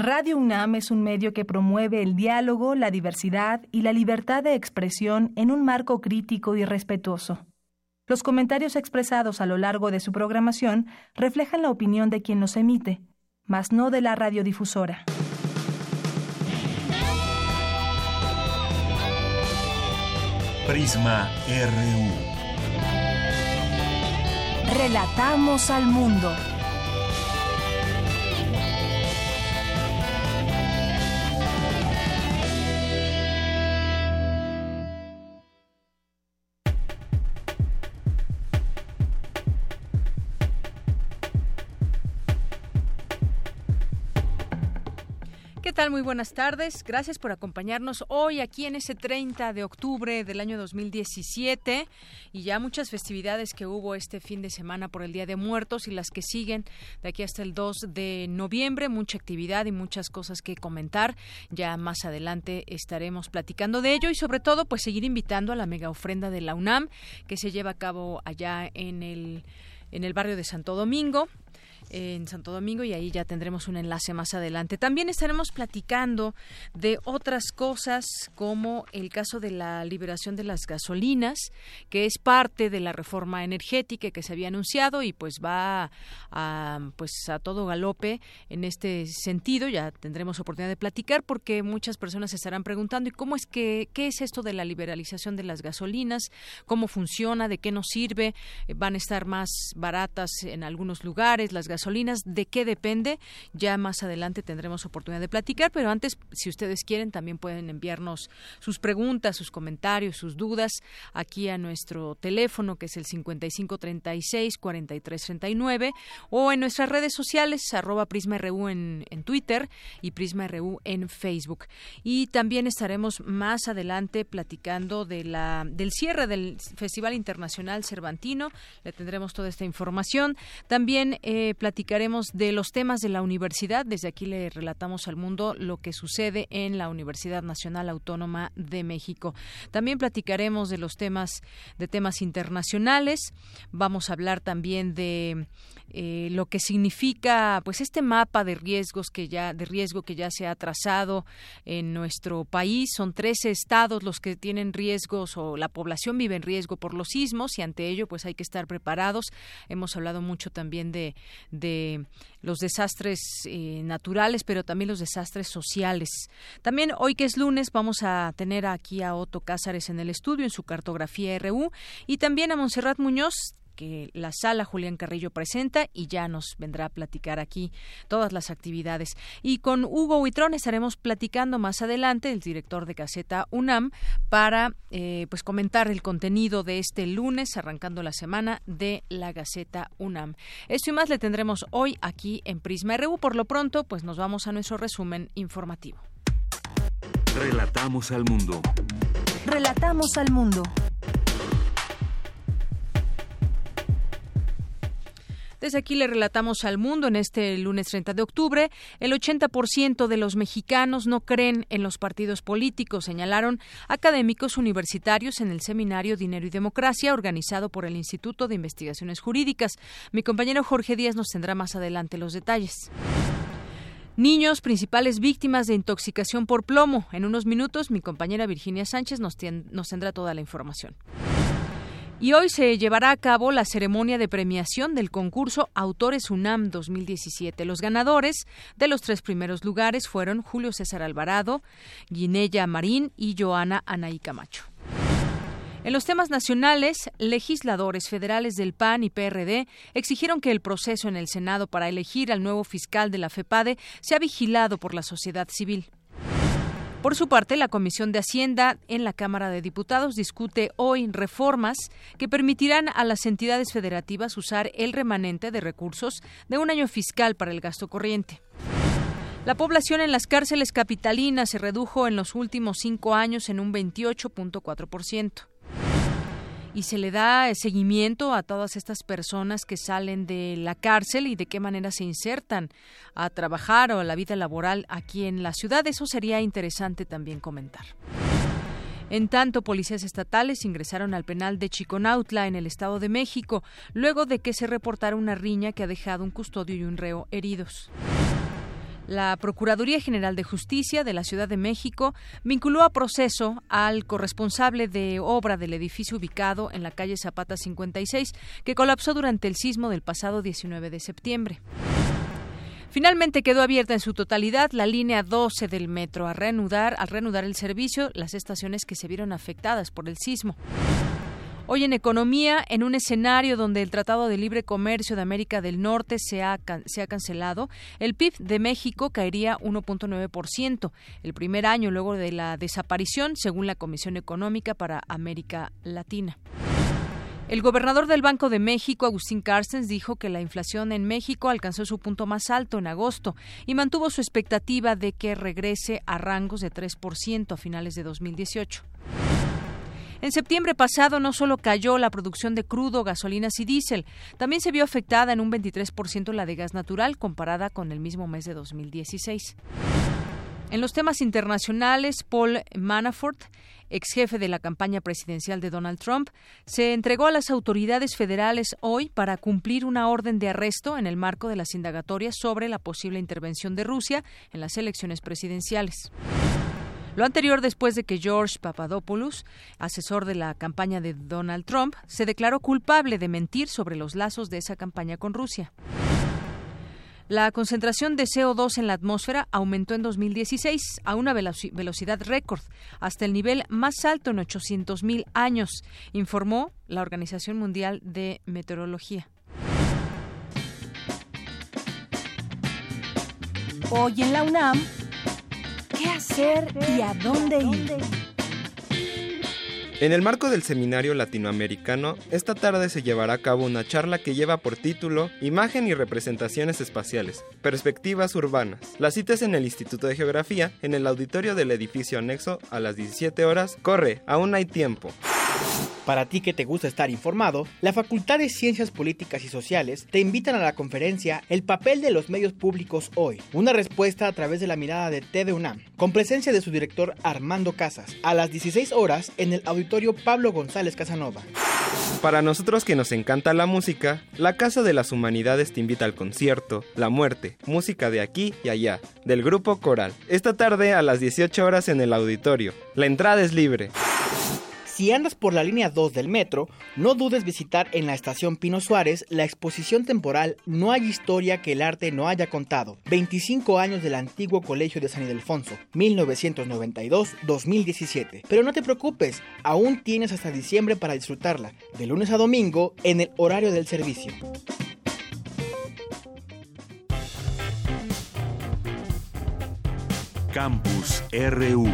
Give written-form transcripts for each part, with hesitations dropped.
Radio UNAM es un medio que promueve el diálogo, la diversidad y la libertad de expresión en un marco crítico y respetuoso. Los comentarios expresados a lo largo de su programación reflejan la opinión de quien los emite, mas no de la radiodifusora. Prisma RU. Relatamos al mundo. ¿Qué tal? Muy buenas tardes. Gracias por acompañarnos hoy aquí en ese 30 de octubre del año 2017 y ya muchas festividades que hubo este fin de semana por el Día de Muertos y las que siguen de aquí hasta el 2 de noviembre. Mucha actividad y muchas cosas que comentar. Ya más adelante estaremos platicando de ello y sobre todo pues seguir invitando a la mega ofrenda de la UNAM que se lleva a cabo allá en el barrio de Santo Domingo. En Santo Domingo y ahí ya tendremos un enlace más adelante. También estaremos platicando de otras cosas como el caso de la liberación de las gasolinas, que es parte de la reforma energética que se había anunciado y pues va a todo galope en este sentido. Ya tendremos oportunidad de platicar porque muchas personas se estarán preguntando ¿y qué es esto de la liberalización de las gasolinas? ¿Cómo funciona? ¿De qué nos sirve? ¿Van a estar más baratas en algunos lugares las gasolinas? ¿De qué depende? Ya más adelante tendremos oportunidad de platicar, pero antes, si ustedes quieren, también pueden enviarnos sus preguntas, sus comentarios, sus dudas aquí a nuestro teléfono, que es el 5536-4339, o en nuestras redes sociales, @PrismaRU en Twitter y PrismaRU en Facebook. Y también estaremos más adelante platicando del cierre del Festival Internacional Cervantino. Le tendremos toda esta información. También platicaremos de los temas de la universidad. Desde aquí le relatamos al mundo lo que sucede en la Universidad Nacional Autónoma de México. También platicaremos de temas internacionales. Vamos a hablar también de lo que significa pues este mapa de riesgo que ya se ha trazado en nuestro país. Son 13 estados los que tienen riesgos o la población vive en riesgo por los sismos y ante ello pues hay que estar preparados. Hemos hablado mucho también de los desastres naturales, pero también los desastres sociales. También hoy que es lunes vamos a tener aquí a Otto Cázares en el estudio en su cartografía RU y también a Montserrat Muñoz, que la sala Julián Carrillo presenta y ya nos vendrá a platicar aquí todas las actividades. Y con Hugo Huitrón estaremos platicando más adelante, el director de Gaceta UNAM, para pues comentar el contenido de este lunes, arrancando la semana de la Gaceta UNAM. Esto y más le tendremos hoy aquí en Prisma RU. Por lo pronto, pues nos vamos a nuestro resumen informativo. Relatamos al mundo. Relatamos al mundo. Desde aquí le relatamos al mundo en este lunes 30 de octubre. El 80% de los mexicanos no creen en los partidos políticos, señalaron académicos universitarios en el seminario Dinero y Democracia organizado por el Instituto de Investigaciones Jurídicas. Mi compañero Jorge Díaz nos tendrá más adelante los detalles. Niños, principales víctimas de intoxicación por plomo. En unos minutos, mi compañera Virginia Sánchez nos tendrá toda la información. Y hoy se llevará a cabo la ceremonia de premiación del concurso Autores UNAM 2017. Los ganadores de los 3 primeros lugares fueron Julio César Alvarado, Guinella Marín y Joana Anaí Camacho. En los temas nacionales, legisladores federales del PAN y PRD exigieron que el proceso en el Senado para elegir al nuevo fiscal de la FEPADE sea vigilado por la sociedad civil. Por su parte, la Comisión de Hacienda en la Cámara de Diputados discute hoy reformas que permitirán a las entidades federativas usar el remanente de recursos de un año fiscal para el gasto corriente. La población en las cárceles capitalinas se redujo en los últimos 5 años en un 28.4%. Y se le da seguimiento a todas estas personas que salen de la cárcel y de qué manera se insertan a trabajar o a la vida laboral aquí en la ciudad. Eso sería interesante también comentar. En tanto, policías estatales ingresaron al penal de Chiconautla, en el Estado de México, luego de que se reportara una riña que ha dejado un custodio y un reo heridos. La Procuraduría General de Justicia de la Ciudad de México vinculó a proceso al corresponsable de obra del edificio ubicado en la calle Zapata 56, que colapsó durante el sismo del pasado 19 de septiembre. Finalmente quedó abierta en su totalidad la línea 12 del metro al reanudar el servicio las estaciones que se vieron afectadas por el sismo. Hoy en Economía, en un escenario donde el Tratado de Libre Comercio de América del Norte se ha cancelado, el PIB de México caería 1.9%, el primer año luego de la desaparición, según la Comisión Económica para América Latina. El gobernador del Banco de México, Agustín Carstens, dijo que la inflación en México alcanzó su punto más alto en agosto y mantuvo su expectativa de que regrese a rangos de 3% a finales de 2018. En septiembre pasado no solo cayó la producción de crudo, gasolinas y diésel, también se vio afectada en un 23% la de gas natural comparada con el mismo mes de 2016. En los temas internacionales, Paul Manafort, ex jefe de la campaña presidencial de Donald Trump, se entregó a las autoridades federales hoy para cumplir una orden de arresto en el marco de las indagatorias sobre la posible intervención de Rusia en las elecciones presidenciales. Lo anterior después de que George Papadopoulos, asesor de la campaña de Donald Trump, se declaró culpable de mentir sobre los lazos de esa campaña con Rusia. La concentración de CO2 en la atmósfera aumentó en 2016 a una velocidad récord, hasta el nivel más alto en 800,000 años, informó la Organización Mundial de Meteorología. Hoy en la UNAM, ¿qué hacer y a dónde ir? En el marco del Seminario Latinoamericano, esta tarde se llevará a cabo una charla que lleva por título Imagen y representaciones espaciales, perspectivas urbanas. La cita es en el Instituto de Geografía, en el auditorio del edificio anexo a las 17 horas. Corre, aún hay tiempo. Para ti que te gusta estar informado, la Facultad de Ciencias Políticas y Sociales te invitan a la conferencia El papel de los medios públicos hoy, una respuesta a través de la mirada de TV UNAM, con presencia de su director Armando Casas, a las 16 horas en el auditorio Pablo González Casanova. Para nosotros que nos encanta la música, la Casa de las Humanidades te invita al concierto La Muerte, música de aquí y allá, del grupo Coral, esta tarde a las 18 horas en el auditorio. La entrada es libre. Si andas por la línea 2 del metro, no dudes visitar en la estación Pino Suárez la exposición temporal No hay historia que el arte no haya contado, 25 años del antiguo Colegio de San Ildefonso, 1992-2017. Pero no te preocupes, aún tienes hasta diciembre para disfrutarla, de lunes a domingo en el horario del servicio. Campus RU.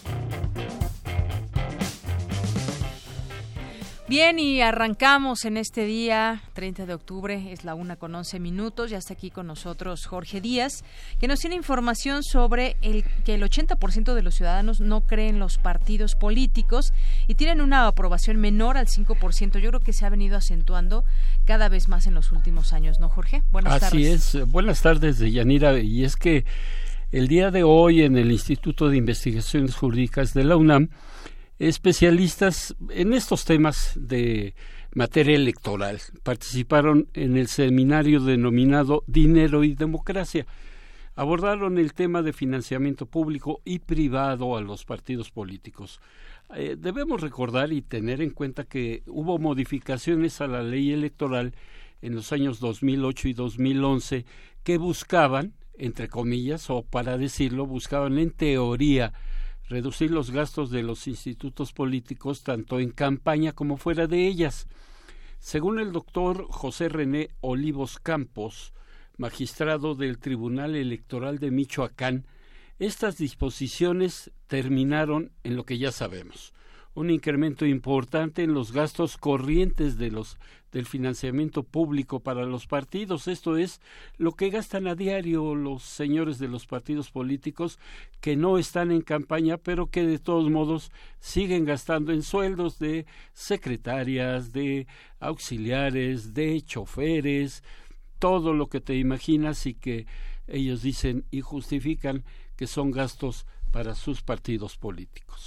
Bien, y arrancamos en este día, 30 de octubre, es la 1:11. Ya está aquí con nosotros Jorge Díaz, que nos tiene información sobre que el 80% de los ciudadanos no creen los partidos políticos y tienen una aprobación menor al 5%. Yo creo que se ha venido acentuando cada vez más en los últimos años, ¿no, Jorge? Buenas tardes. Así es, buenas tardes, Deyanira, y es que el día de hoy en el Instituto de Investigaciones Jurídicas de la UNAM, especialistas en estos temas de materia electoral participaron en el seminario denominado Dinero y Democracia. Abordaron el tema de financiamiento público y privado a los partidos políticos. Debemos recordar y tener en cuenta que hubo modificaciones a la ley electoral en los años 2008 y 2011 que buscaban, entre comillas, o para decirlo, buscaban en teoría reducir los gastos de los institutos políticos tanto en campaña como fuera de ellas. Según el doctor José René Olivos Campos, magistrado del Tribunal Electoral de Michoacán, estas disposiciones terminaron en lo que ya sabemos, un incremento importante en los gastos corrientes del financiamiento público para los partidos. Esto es lo que gastan a diario los señores de los partidos políticos que no están en campaña, pero que de todos modos siguen gastando en sueldos de secretarias, de auxiliares, de choferes, todo lo que te imaginas, y que ellos dicen y justifican que son gastos para sus partidos políticos.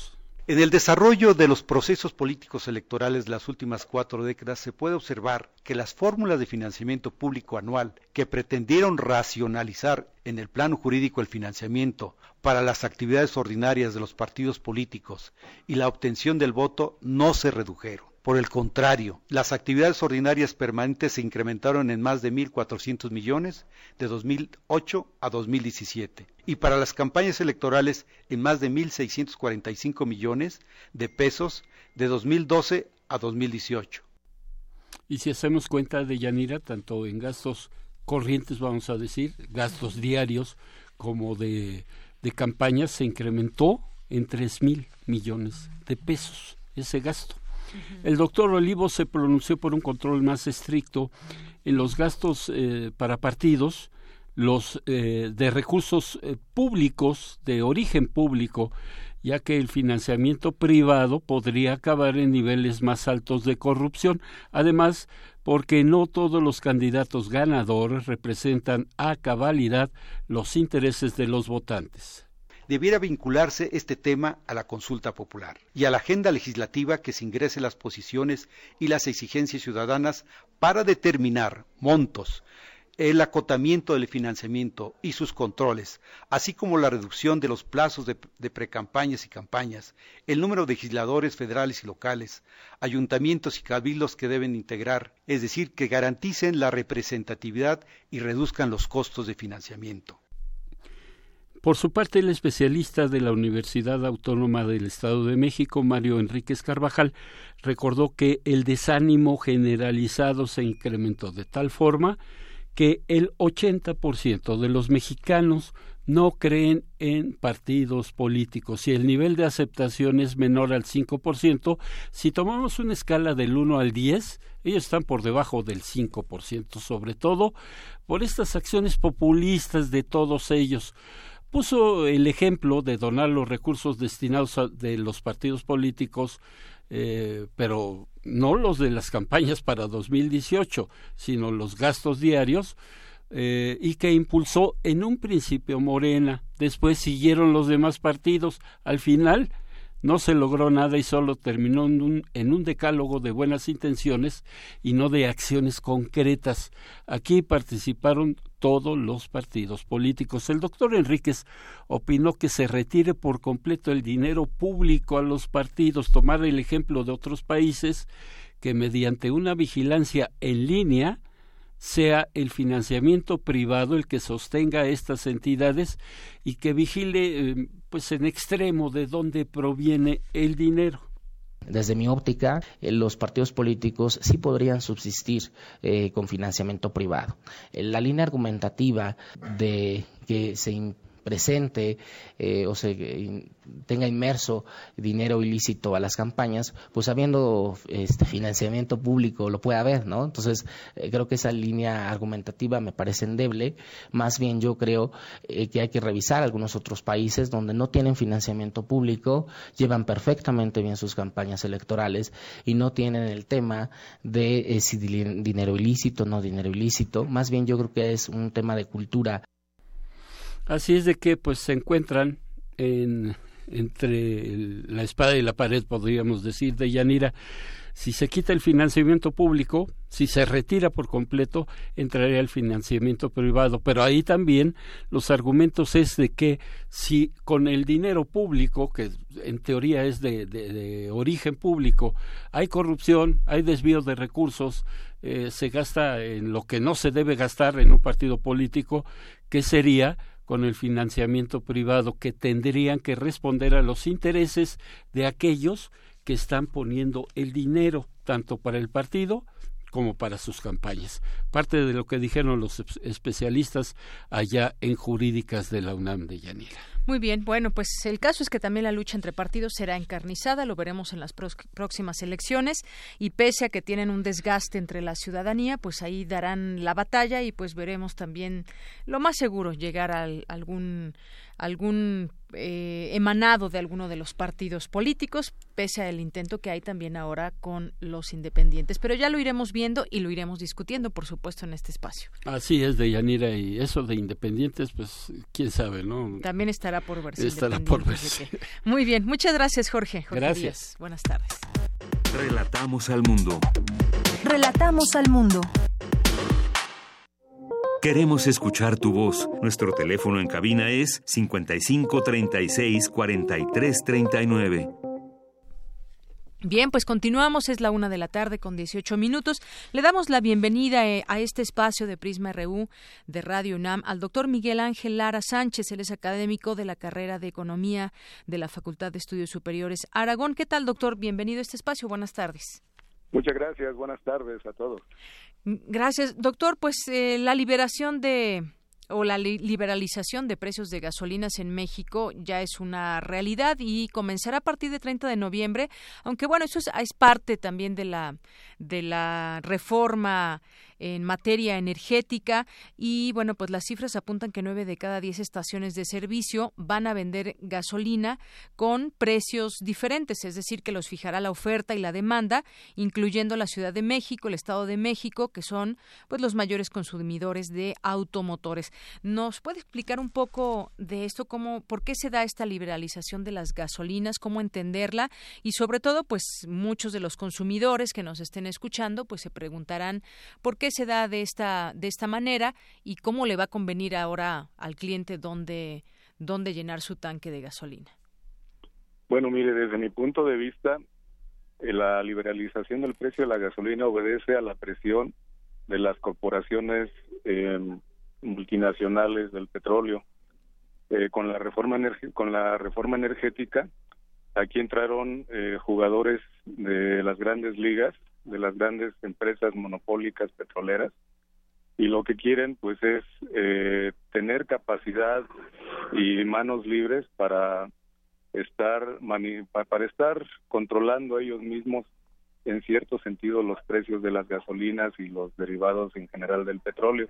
En el desarrollo de los procesos políticos electorales de las últimas 4 décadas se puede observar que las fórmulas de financiamiento público anual que pretendieron racionalizar en el plano jurídico el financiamiento para las actividades ordinarias de los partidos políticos y la obtención del voto no se redujeron. Por el contrario, las actividades ordinarias permanentes se incrementaron en más de 1.400 millones de 2008 a 2017 y para las campañas electorales en más de 1.645 millones de pesos de 2012 a 2018. Y si hacemos cuenta, Deyanira, tanto en gastos corrientes, vamos a decir, gastos diarios, como de campañas, se incrementó en 3,000 millones de pesos ese gasto. El doctor Olivo se pronunció por un control más estricto en los gastos para partidos, los de recursos públicos, de origen público, ya que el financiamiento privado podría acabar en niveles más altos de corrupción. Además, porque no todos los candidatos ganadores representan a cabalidad los intereses de los votantes. Debiera vincularse este tema a la consulta popular y a la agenda legislativa que se ingrese las posiciones y las exigencias ciudadanas para determinar montos, el acotamiento del financiamiento y sus controles, así como la reducción de los plazos de precampañas y campañas, el número de legisladores federales y locales, ayuntamientos y cabildos que deben integrar, es decir, que garanticen la representatividad y reduzcan los costos de financiamiento. Por su parte, el especialista de la Universidad Autónoma del Estado de México, Mario Enríquez Carvajal, recordó que el desánimo generalizado se incrementó de tal forma que el 80% de los mexicanos no creen en partidos políticos y el nivel de aceptación es menor al 5%. Si tomamos una escala del 1 al 10, ellos están por debajo del 5%, sobre todo por estas acciones populistas de todos ellos. Puso el ejemplo de donar los recursos destinados de los partidos políticos, pero no los de las campañas para 2018, sino los gastos diarios, y que impulsó en un principio Morena, después siguieron los demás partidos. Al final no se logró nada y solo terminó en un decálogo de buenas intenciones y no de acciones concretas. Aquí participaron todos los partidos políticos. El doctor Enríquez opinó que se retire por completo el dinero público a los partidos, tomar el ejemplo de otros países, que mediante una vigilancia en línea sea el financiamiento privado el que sostenga a estas entidades y que vigile pues en extremo de dónde proviene el dinero. Desde mi óptica, los partidos políticos sí podrían subsistir con financiamiento privado. La línea argumentativa de que se presente o se tenga inmerso dinero ilícito a las campañas, pues habiendo financiamiento público lo puede haber, ¿no? Entonces creo que esa línea argumentativa me parece endeble. Más bien yo creo que hay que revisar algunos otros países donde no tienen financiamiento público, llevan perfectamente bien sus campañas electorales y no tienen el tema de si dinero ilícito o no dinero ilícito. Más bien yo creo que es un tema de cultura. Así es de que pues se encuentran entre la espada y la pared, podríamos decir, Deyanira. Si se quita el financiamiento público, si se retira por completo, entraría el financiamiento privado. Pero ahí también los argumentos es de que si con el dinero público, que en teoría es de origen público, hay corrupción, hay desvío de recursos, se gasta en lo que no se debe gastar en un partido político, ¿qué sería con el financiamiento privado? Que tendrían que responder a los intereses de aquellos que están poniendo el dinero tanto para el partido como para sus campañas. Parte de lo que dijeron los especialistas allá en Jurídicas de la UNAM, de Yanira. Muy bien, bueno, pues el caso es que también la lucha entre partidos será encarnizada, lo veremos en las próximas elecciones, y pese a que tienen un desgaste entre la ciudadanía, pues ahí darán la batalla y pues veremos también, lo más seguro, llegar a algún emanado de alguno de los partidos políticos, pese al intento que hay también ahora con los independientes. Pero ya lo iremos viendo y lo iremos discutiendo, por supuesto, en este espacio. Así es, Deyanira, y eso de independientes, pues quién sabe, ¿no? También estará estará por verse. Estará por verse. Muy bien, muchas gracias, Jorge Gracias. Díaz. Buenas tardes. Relatamos al mundo. Relatamos al mundo. Queremos escuchar tu voz. Nuestro teléfono en cabina es 55 36 43 39. Bien, pues continuamos, es la 1:00 con 18 minutos. Le damos la bienvenida a este espacio de Prisma RU de Radio UNAM al doctor Miguel Ángel Lara Sánchez. Él es académico de la carrera de Economía de la Facultad de Estudios Superiores Aragón. ¿Qué tal, doctor? Bienvenido a este espacio. Buenas tardes. Muchas gracias. Buenas tardes a todos. Gracias, doctor. Pues la liberalización de precios de gasolinas en México ya es una realidad y comenzará a partir de 30 de noviembre, aunque bueno, eso es parte también de la reforma en materia energética y bueno, pues las cifras apuntan que 9 de cada 10 estaciones de servicio van a vender gasolina con precios diferentes, es decir, que los fijará la oferta y la demanda, incluyendo la Ciudad de México, el Estado de México, que son pues los mayores consumidores de automotores. ¿Nos puede explicar un poco de esto, por qué se da esta liberalización de las gasolinas, cómo entenderla y sobre todo, pues muchos de los consumidores que nos estén escuchando, pues se preguntarán por qué se da de esta manera y cómo le va a convenir ahora al cliente dónde llenar su tanque de gasolina? Bueno, mire, desde mi punto de vista, la liberalización del precio de la gasolina obedece a la presión de las corporaciones multinacionales del petróleo. Con la reforma energética, aquí entraron jugadores de las grandes ligas, de las grandes empresas monopólicas petroleras, y lo que quieren pues es tener capacidad y manos libres para estar controlando ellos mismos en cierto sentido los precios de las gasolinas y los derivados en general del petróleo.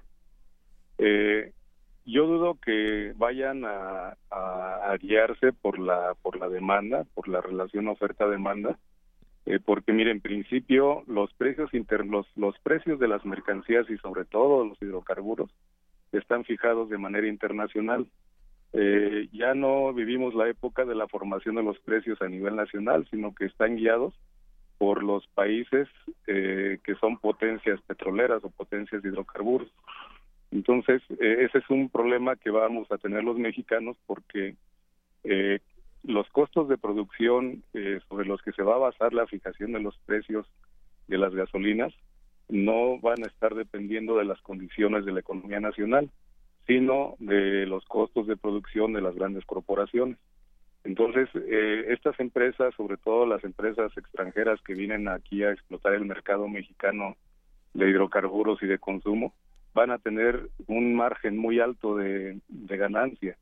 Yo dudo que vayan a guiarse por la demanda, por la relación oferta-demanda, porque mire, en principio los precios los precios de las mercancías y sobre todo los hidrocarburos están fijados de manera internacional. Ya no vivimos la época de la formación de los precios a nivel nacional, sino que están guiados por los países que son potencias petroleras o potencias de hidrocarburos. Entonces, ese es un problema que vamos a tener los mexicanos porque los costos de producción sobre los que se va a basar la fijación de los precios de las gasolinas no van a estar dependiendo de las condiciones de la economía nacional, sino de los costos de producción de las grandes corporaciones. Entonces, estas empresas, sobre todo las empresas extranjeras que vienen aquí a explotar el mercado mexicano de hidrocarburos y de consumo, van a tener un margen muy alto de ganancia.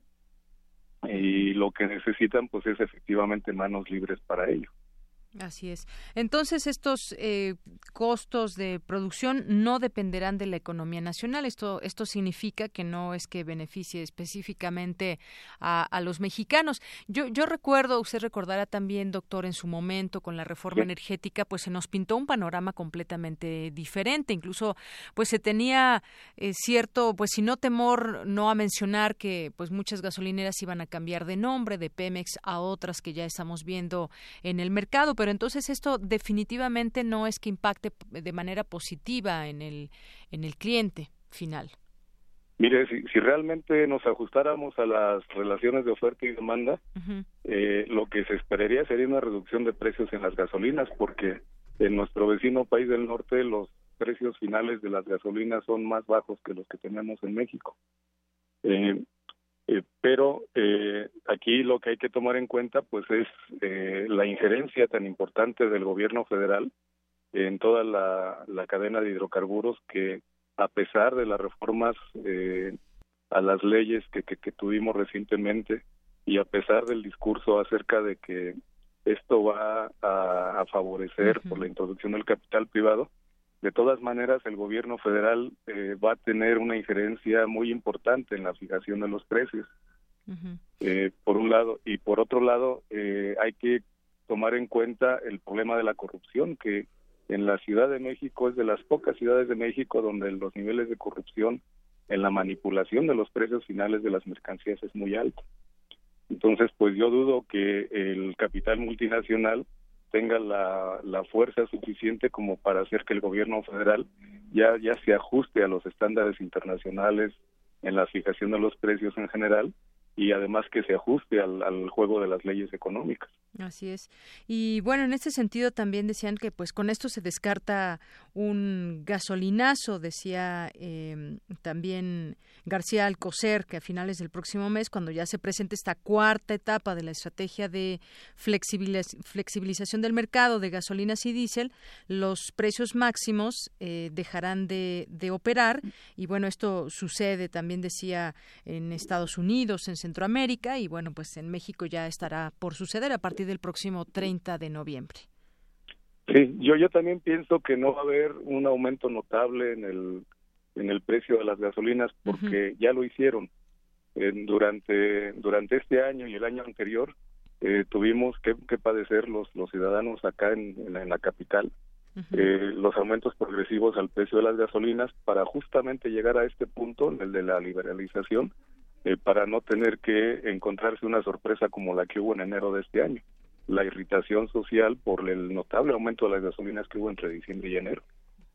Y lo que necesitan pues es efectivamente manos libres para ello. Así es. Entonces, estos costos de producción no dependerán de la economía nacional. Esto significa que no es que beneficie específicamente a los mexicanos. Yo recuerdo, usted recordará también, doctor, en su momento con la reforma energética, pues se nos pintó un panorama completamente diferente. Incluso, pues se tenía cierto, pues si no temor, no a mencionar que pues muchas gasolineras iban a cambiar de nombre, de Pemex a otras que ya estamos viendo en el mercado, pero entonces esto definitivamente no es que impacte de manera positiva en el cliente final. Mire, si realmente nos ajustáramos a las relaciones de oferta y demanda, lo que se esperaría sería una reducción de precios en las gasolinas, porque en nuestro vecino país del norte los precios finales de las gasolinas son más bajos que los que tenemos en México. Pero aquí lo que hay que tomar en cuenta pues es la injerencia tan importante del gobierno federal en toda la cadena de hidrocarburos, que a pesar de las reformas a las leyes que tuvimos recientemente y a pesar del discurso acerca de que esto va a favorecer por la introducción del capital privado, de todas maneras el gobierno federal va a tener una injerencia muy importante en la fijación de los precios, por un lado, y por otro lado hay que tomar en cuenta el problema de la corrupción, que en la Ciudad de México es de las pocas ciudades de México donde los niveles de corrupción en la manipulación de los precios finales de las mercancías es muy alto. Entonces, pues yo dudo que el capital multinacional tenga la fuerza suficiente como para hacer que el gobierno federal ya se ajuste a los estándares internacionales en la fijación de los precios en general, y además que se ajuste al juego de las leyes económicas. Así es. Y bueno, en este sentido también decían que pues con esto se descarta un gasolinazo, decía también García Alcocer, que a finales del próximo mes, cuando ya se presente esta cuarta etapa de la estrategia de flexibilización del mercado de gasolinas y diésel, los precios máximos dejarán de operar, y bueno, esto sucede también, decía, en Estados Unidos, en Centroamérica, y bueno, pues en México ya estará por suceder a partir del próximo 30 de noviembre. Sí, yo también pienso que no va a haber un aumento notable en el precio de las gasolinas, porque ya lo hicieron. Durante este año y el año anterior tuvimos que padecer los ciudadanos acá en la capital los aumentos progresivos al precio de las gasolinas, para justamente llegar a este punto, el de la liberalización, para no tener que encontrarse una sorpresa como la que hubo en enero de este año, la irritación social por el notable aumento de las gasolinas que hubo entre diciembre y enero.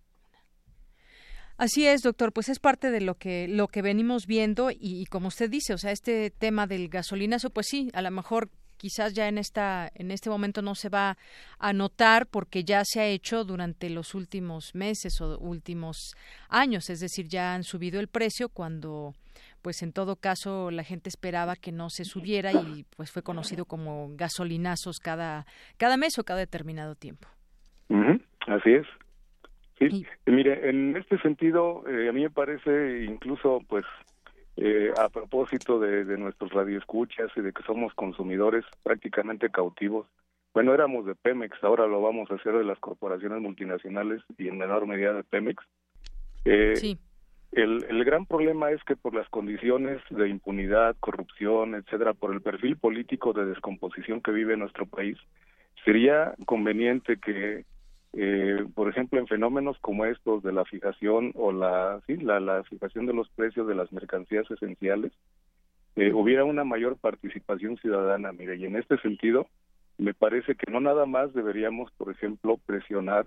Así es, doctor, pues es parte de lo que venimos viendo, y como usted dice, o sea, este tema del gasolinazo, pues sí, a lo mejor quizás ya en este momento no se va a notar, porque ya se ha hecho durante los últimos meses o últimos años, es decir, ya han subido el precio cuando pues en todo caso la gente esperaba que no se subiera, y pues fue conocido como gasolinazos cada mes o cada determinado tiempo. Así es. Sí, mire, en este sentido, a mí me parece incluso, pues, a propósito de nuestros radioescuchas y de que somos consumidores prácticamente cautivos, bueno, éramos de Pemex, ahora lo vamos a hacer de las corporaciones multinacionales y en menor medida de Pemex. Sí. El gran problema es que por las condiciones de impunidad, corrupción, etcétera, por el perfil político de descomposición que vive nuestro país, sería conveniente que por ejemplo, en fenómenos como estos de la fijación o la fijación de los precios de las mercancías esenciales, hubiera una mayor participación ciudadana. Mire, y en este sentido, me parece que no nada más deberíamos, por ejemplo, presionar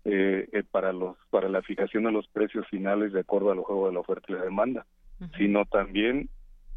para la fijación de los precios finales de acuerdo al juego de la oferta y la demanda, sino también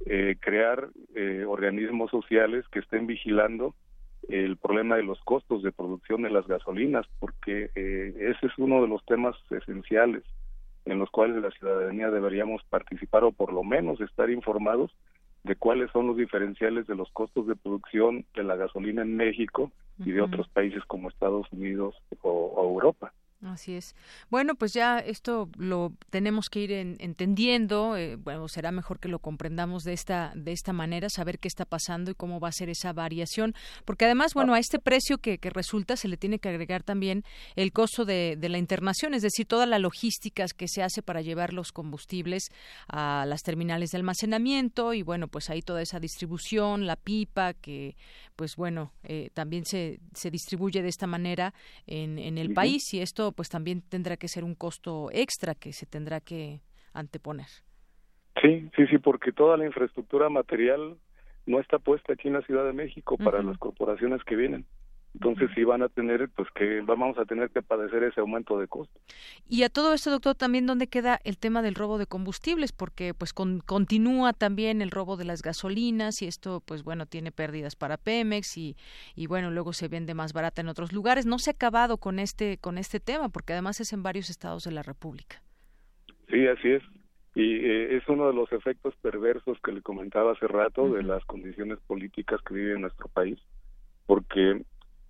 crear organismos sociales que estén vigilando el problema de los costos de producción de las gasolinas, porque ese es uno de los temas esenciales en los cuales la ciudadanía deberíamos participar, o por lo menos estar informados de cuáles son los diferenciales de los costos de producción de la gasolina en México y de otros países como Estados Unidos o Europa. Así es. Bueno, pues ya esto lo tenemos que ir entendiendo. Bueno, será mejor que lo comprendamos de esta manera, saber qué está pasando y cómo va a ser esa variación, porque además, bueno, a este precio que resulta se le tiene que agregar también el costo de la internación, es decir, toda la logística que se hace para llevar los combustibles a las terminales de almacenamiento, y bueno, pues ahí toda esa distribución, la pipa, que pues bueno, también se distribuye de esta manera en el país, y esto pues también tendrá que ser un costo extra que se tendrá que anteponer. Sí, porque toda la infraestructura material no está puesta aquí en la Ciudad de México para las corporaciones que vienen. Entonces sí van a tener, pues que vamos a tener que padecer ese aumento de costos. Y a todo esto, doctor, también ¿dónde queda el tema del robo de combustibles? Porque pues continúa también el robo de las gasolinas, y esto pues bueno, tiene pérdidas para Pemex, y bueno, luego se vende más barata en otros lugares. No se ha acabado con este tema, porque además es en varios estados de la República. Sí, así es. Y es uno de los efectos perversos que le comentaba hace rato de las condiciones políticas que vive nuestro país, porque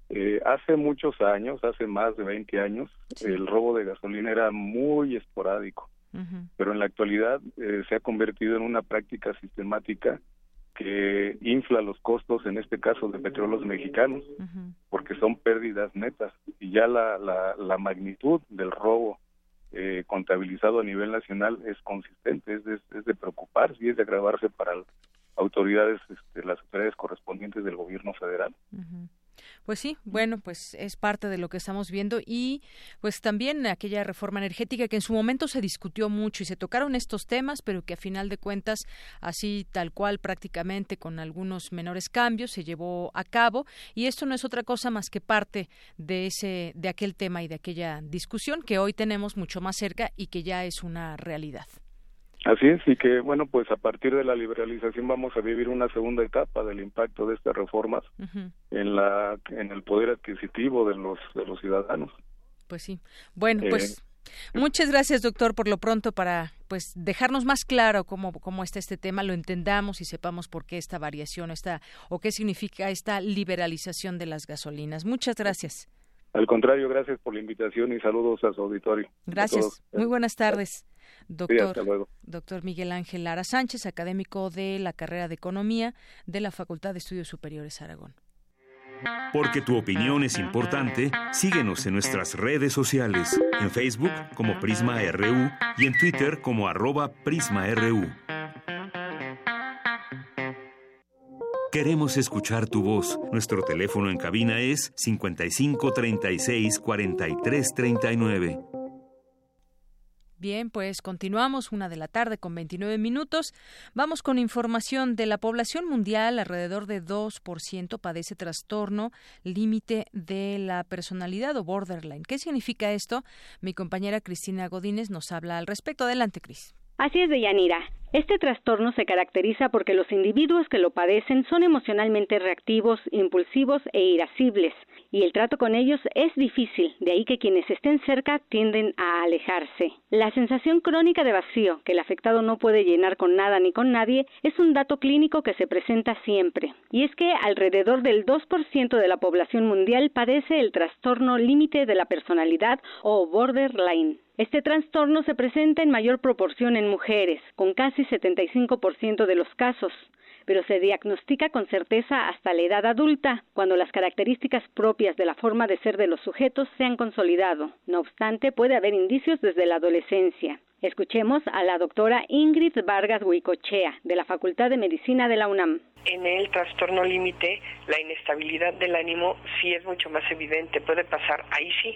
hace muchos años, hace más de 20 años, el robo de gasolina era muy esporádico, pero en la actualidad se ha convertido en una práctica sistemática que infla los costos, en este caso de Petróleos Mexicanos, porque son pérdidas netas, y ya la magnitud del robo contabilizado a nivel nacional es consistente, es de preocuparse y es de agravarse para autoridades, las autoridades correspondientes del gobierno federal. Pues sí, bueno, pues es parte de lo que estamos viendo y pues también aquella reforma energética que en su momento se discutió mucho y se tocaron estos temas, pero que a final de cuentas, así tal cual prácticamente con algunos menores cambios se llevó a cabo, y esto no es otra cosa más que parte de aquel tema y de aquella discusión que hoy tenemos mucho más cerca y que ya es una realidad. Así es, y que bueno, pues a partir de la liberalización vamos a vivir una segunda etapa del impacto de estas reformas en el poder adquisitivo de los ciudadanos. Pues sí. Bueno, pues muchas gracias, doctor, por lo pronto, para pues dejarnos más claro cómo está este tema, lo entendamos y sepamos por qué esta variación o qué significa esta liberalización de las gasolinas. Muchas gracias. Al contrario, gracias por la invitación y saludos a su auditorio. Gracias. Muy buenas tardes. Sí, hasta luego. Doctor Miguel Ángel Lara Sánchez, académico de la carrera de Economía de la Facultad de Estudios Superiores Aragón. Porque tu opinión es importante, síguenos en nuestras redes sociales, en Facebook como Prisma RU y en Twitter como @PrismaRU. Queremos escuchar tu voz. Nuestro teléfono en cabina es 55 36 43 39. Bien, pues continuamos, 1:00 con 29 minutos. Vamos con información de la población mundial. Alrededor de 2% padece trastorno límite de la personalidad o borderline. ¿Qué significa esto? Mi compañera Cristina Godínez nos habla al respecto. Adelante, Cris. Así es, Deyanira. Este trastorno se caracteriza porque los individuos que lo padecen son emocionalmente reactivos, impulsivos e irascibles, y el trato con ellos es difícil, de ahí que quienes estén cerca tienden a alejarse. La sensación crónica de vacío, que el afectado no puede llenar con nada ni con nadie, es un dato clínico que se presenta siempre, y es que alrededor del 2% de la población mundial padece el trastorno límite de la personalidad o borderline. Este trastorno se presenta en mayor proporción en mujeres, con casi 75% de los casos, pero se diagnostica con certeza hasta la edad adulta, cuando las características propias de la forma de ser de los sujetos se han consolidado. No obstante, puede haber indicios desde la adolescencia. Escuchemos a la doctora Ingrid Vargas Huicochea, de la Facultad de Medicina de la UNAM. En el trastorno límite, la inestabilidad del ánimo sí es mucho más evidente. Puede pasar, ahí sí,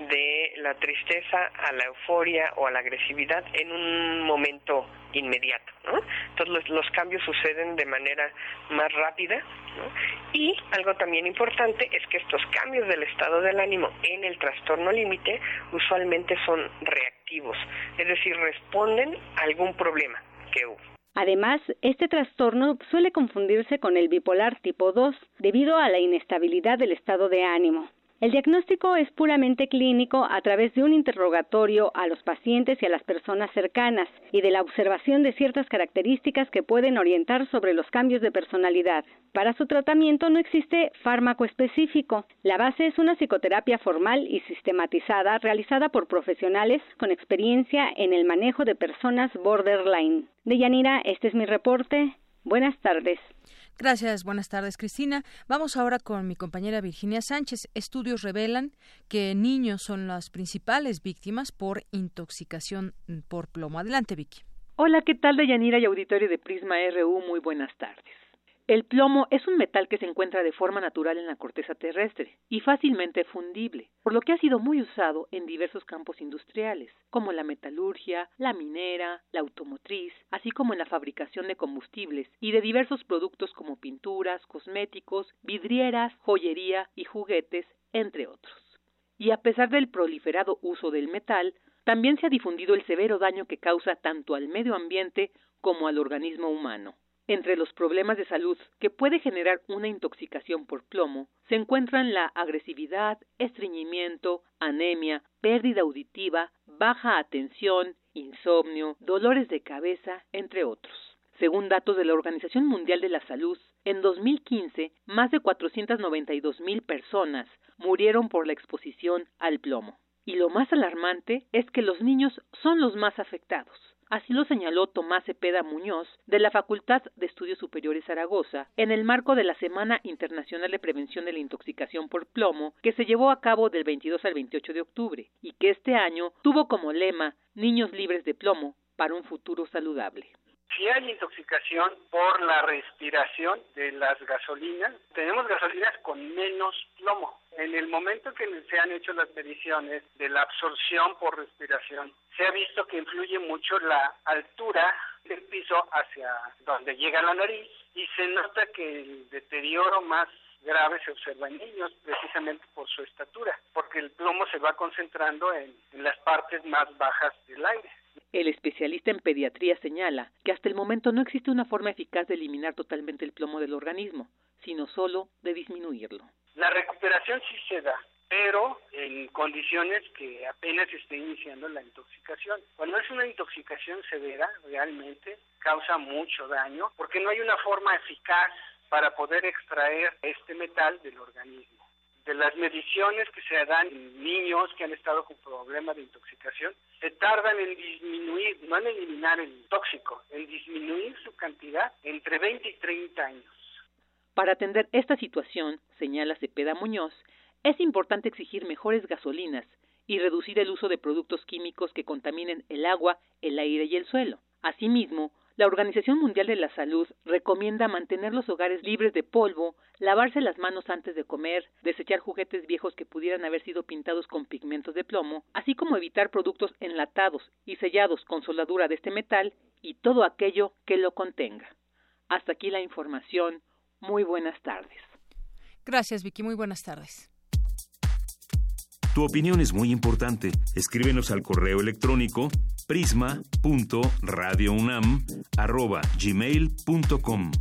de la tristeza a la euforia o a la agresividad en un momento inmediato, ¿no? Entonces los cambios suceden de manera más rápida, ¿no? Y algo también importante es que estos cambios del estado del ánimo en el trastorno límite usualmente son reactivos, es decir, responden a algún problema que hubo. Además, este trastorno suele confundirse con el bipolar tipo 2 debido a la inestabilidad del estado de ánimo. El diagnóstico es puramente clínico a través de un interrogatorio a los pacientes y a las personas cercanas y de la observación de ciertas características que pueden orientar sobre los cambios de personalidad. Para su tratamiento no existe fármaco específico. La base es una psicoterapia formal y sistematizada realizada por profesionales con experiencia en el manejo de personas borderline. Deyanira, este es mi reporte. Buenas tardes. Gracias, buenas tardes, Cristina. Vamos ahora con mi compañera Virginia Sánchez. Estudios revelan que niños son las principales víctimas por intoxicación por plomo. Adelante, Vicky. Hola, ¿qué tal, Deyanira y auditorio de Prisma RU? Muy buenas tardes. El plomo es un metal que se encuentra de forma natural en la corteza terrestre y fácilmente fundible, por lo que ha sido muy usado en diversos campos industriales, como la metalurgia, la minera, la automotriz, así como en la fabricación de combustibles y de diversos productos como pinturas, cosméticos, vidrieras, joyería y juguetes, entre otros. Y a pesar del proliferado uso del metal, también se ha difundido el severo daño que causa tanto al medio ambiente como al organismo humano. Entre los problemas de salud que puede generar una intoxicación por plomo se encuentran la agresividad, estreñimiento, anemia, pérdida auditiva, baja atención, insomnio, dolores de cabeza, entre otros. Según datos de la Organización Mundial de la Salud, en 2015, más de 492,000 personas murieron por la exposición al plomo. Y lo más alarmante es que los niños son los más afectados. Así lo señaló Tomás Cepeda Muñoz, de la Facultad de Estudios Superiores Zaragoza, en el marco de la Semana Internacional de Prevención de la Intoxicación por Plomo, que se llevó a cabo del 22 al 28 de octubre, y que este año tuvo como lema Niños libres de plomo para un futuro saludable. Si hay intoxicación por la respiración de las gasolinas, tenemos gasolinas con menos plomo. En el momento que se han hecho las mediciones de la absorción por respiración, se ha visto que influye mucho la altura del piso hacia donde llega la nariz y se nota que el deterioro más grave se observa en niños precisamente por su estatura, porque el plomo se va concentrando en las partes más bajas del aire. El especialista en pediatría señala que hasta el momento no existe una forma eficaz de eliminar totalmente el plomo del organismo, sino solo de disminuirlo. La recuperación sí se da, pero en condiciones que apenas esté iniciando la intoxicación. Cuando es una intoxicación severa, realmente causa mucho daño, porque no hay una forma eficaz para poder extraer este metal del organismo. De las mediciones que se dan en niños que han estado con problemas de intoxicación, se tardan en disminuir, no en eliminar el tóxico, en disminuir su cantidad entre 20 y 30 años. Para atender esta situación, señala Cepeda Muñoz, es importante exigir mejores gasolinas y reducir el uso de productos químicos que contaminen el agua, el aire y el suelo. Asimismo, la Organización Mundial de la Salud recomienda mantener los hogares libres de polvo, lavarse las manos antes de comer, desechar juguetes viejos que pudieran haber sido pintados con pigmentos de plomo, así como evitar productos enlatados y sellados con soldadura de este metal y todo aquello que lo contenga. Hasta aquí la información. Muy buenas tardes. Gracias, Vicky. Muy buenas tardes. Tu opinión es muy importante. Escríbenos al correo electrónico prisma.radiounam@gmail.com.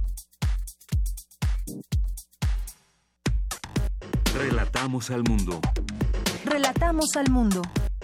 Relatamos al mundo. Relatamos al mundo.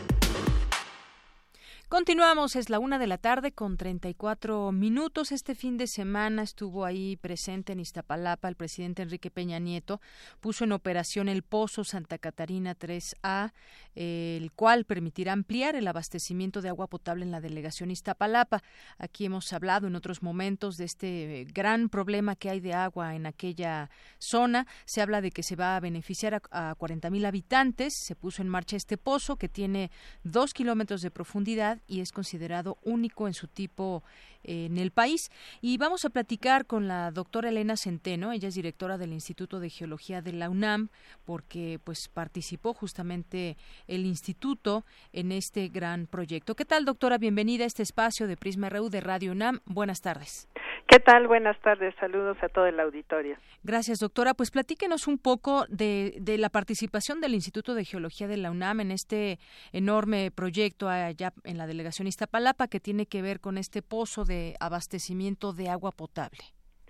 Continuamos, es la 1:00 con 34 minutos. Este fin de semana estuvo ahí presente en Iztapalapa el presidente Enrique Peña Nieto. Puso en operación el Pozo Santa Catarina 3A, el cual permitirá ampliar el abastecimiento de agua potable en la delegación Iztapalapa. Aquí hemos hablado en otros momentos de este gran problema que hay de agua en aquella zona. Se habla de que se va a beneficiar a 40,000 habitantes. Se puso en marcha este pozo que tiene 2 kilómetros de profundidad y es considerado único en su tipo en el país. Y vamos a platicar con la doctora Elena Centeno. Ella es directora del Instituto de Geología de la UNAM, porque pues participó justamente el instituto en este gran proyecto. ¿Qué tal, doctora? Bienvenida a este espacio de Prisma RU de Radio UNAM. Buenas tardes. ¿Qué tal? Buenas tardes. Saludos a todo el auditorio. Gracias, doctora. Pues platíquenos un poco de la participación del Instituto de Geología de la UNAM en este enorme proyecto allá en la delegación Iztapalapa que tiene que ver con este pozo de abastecimiento de agua potable.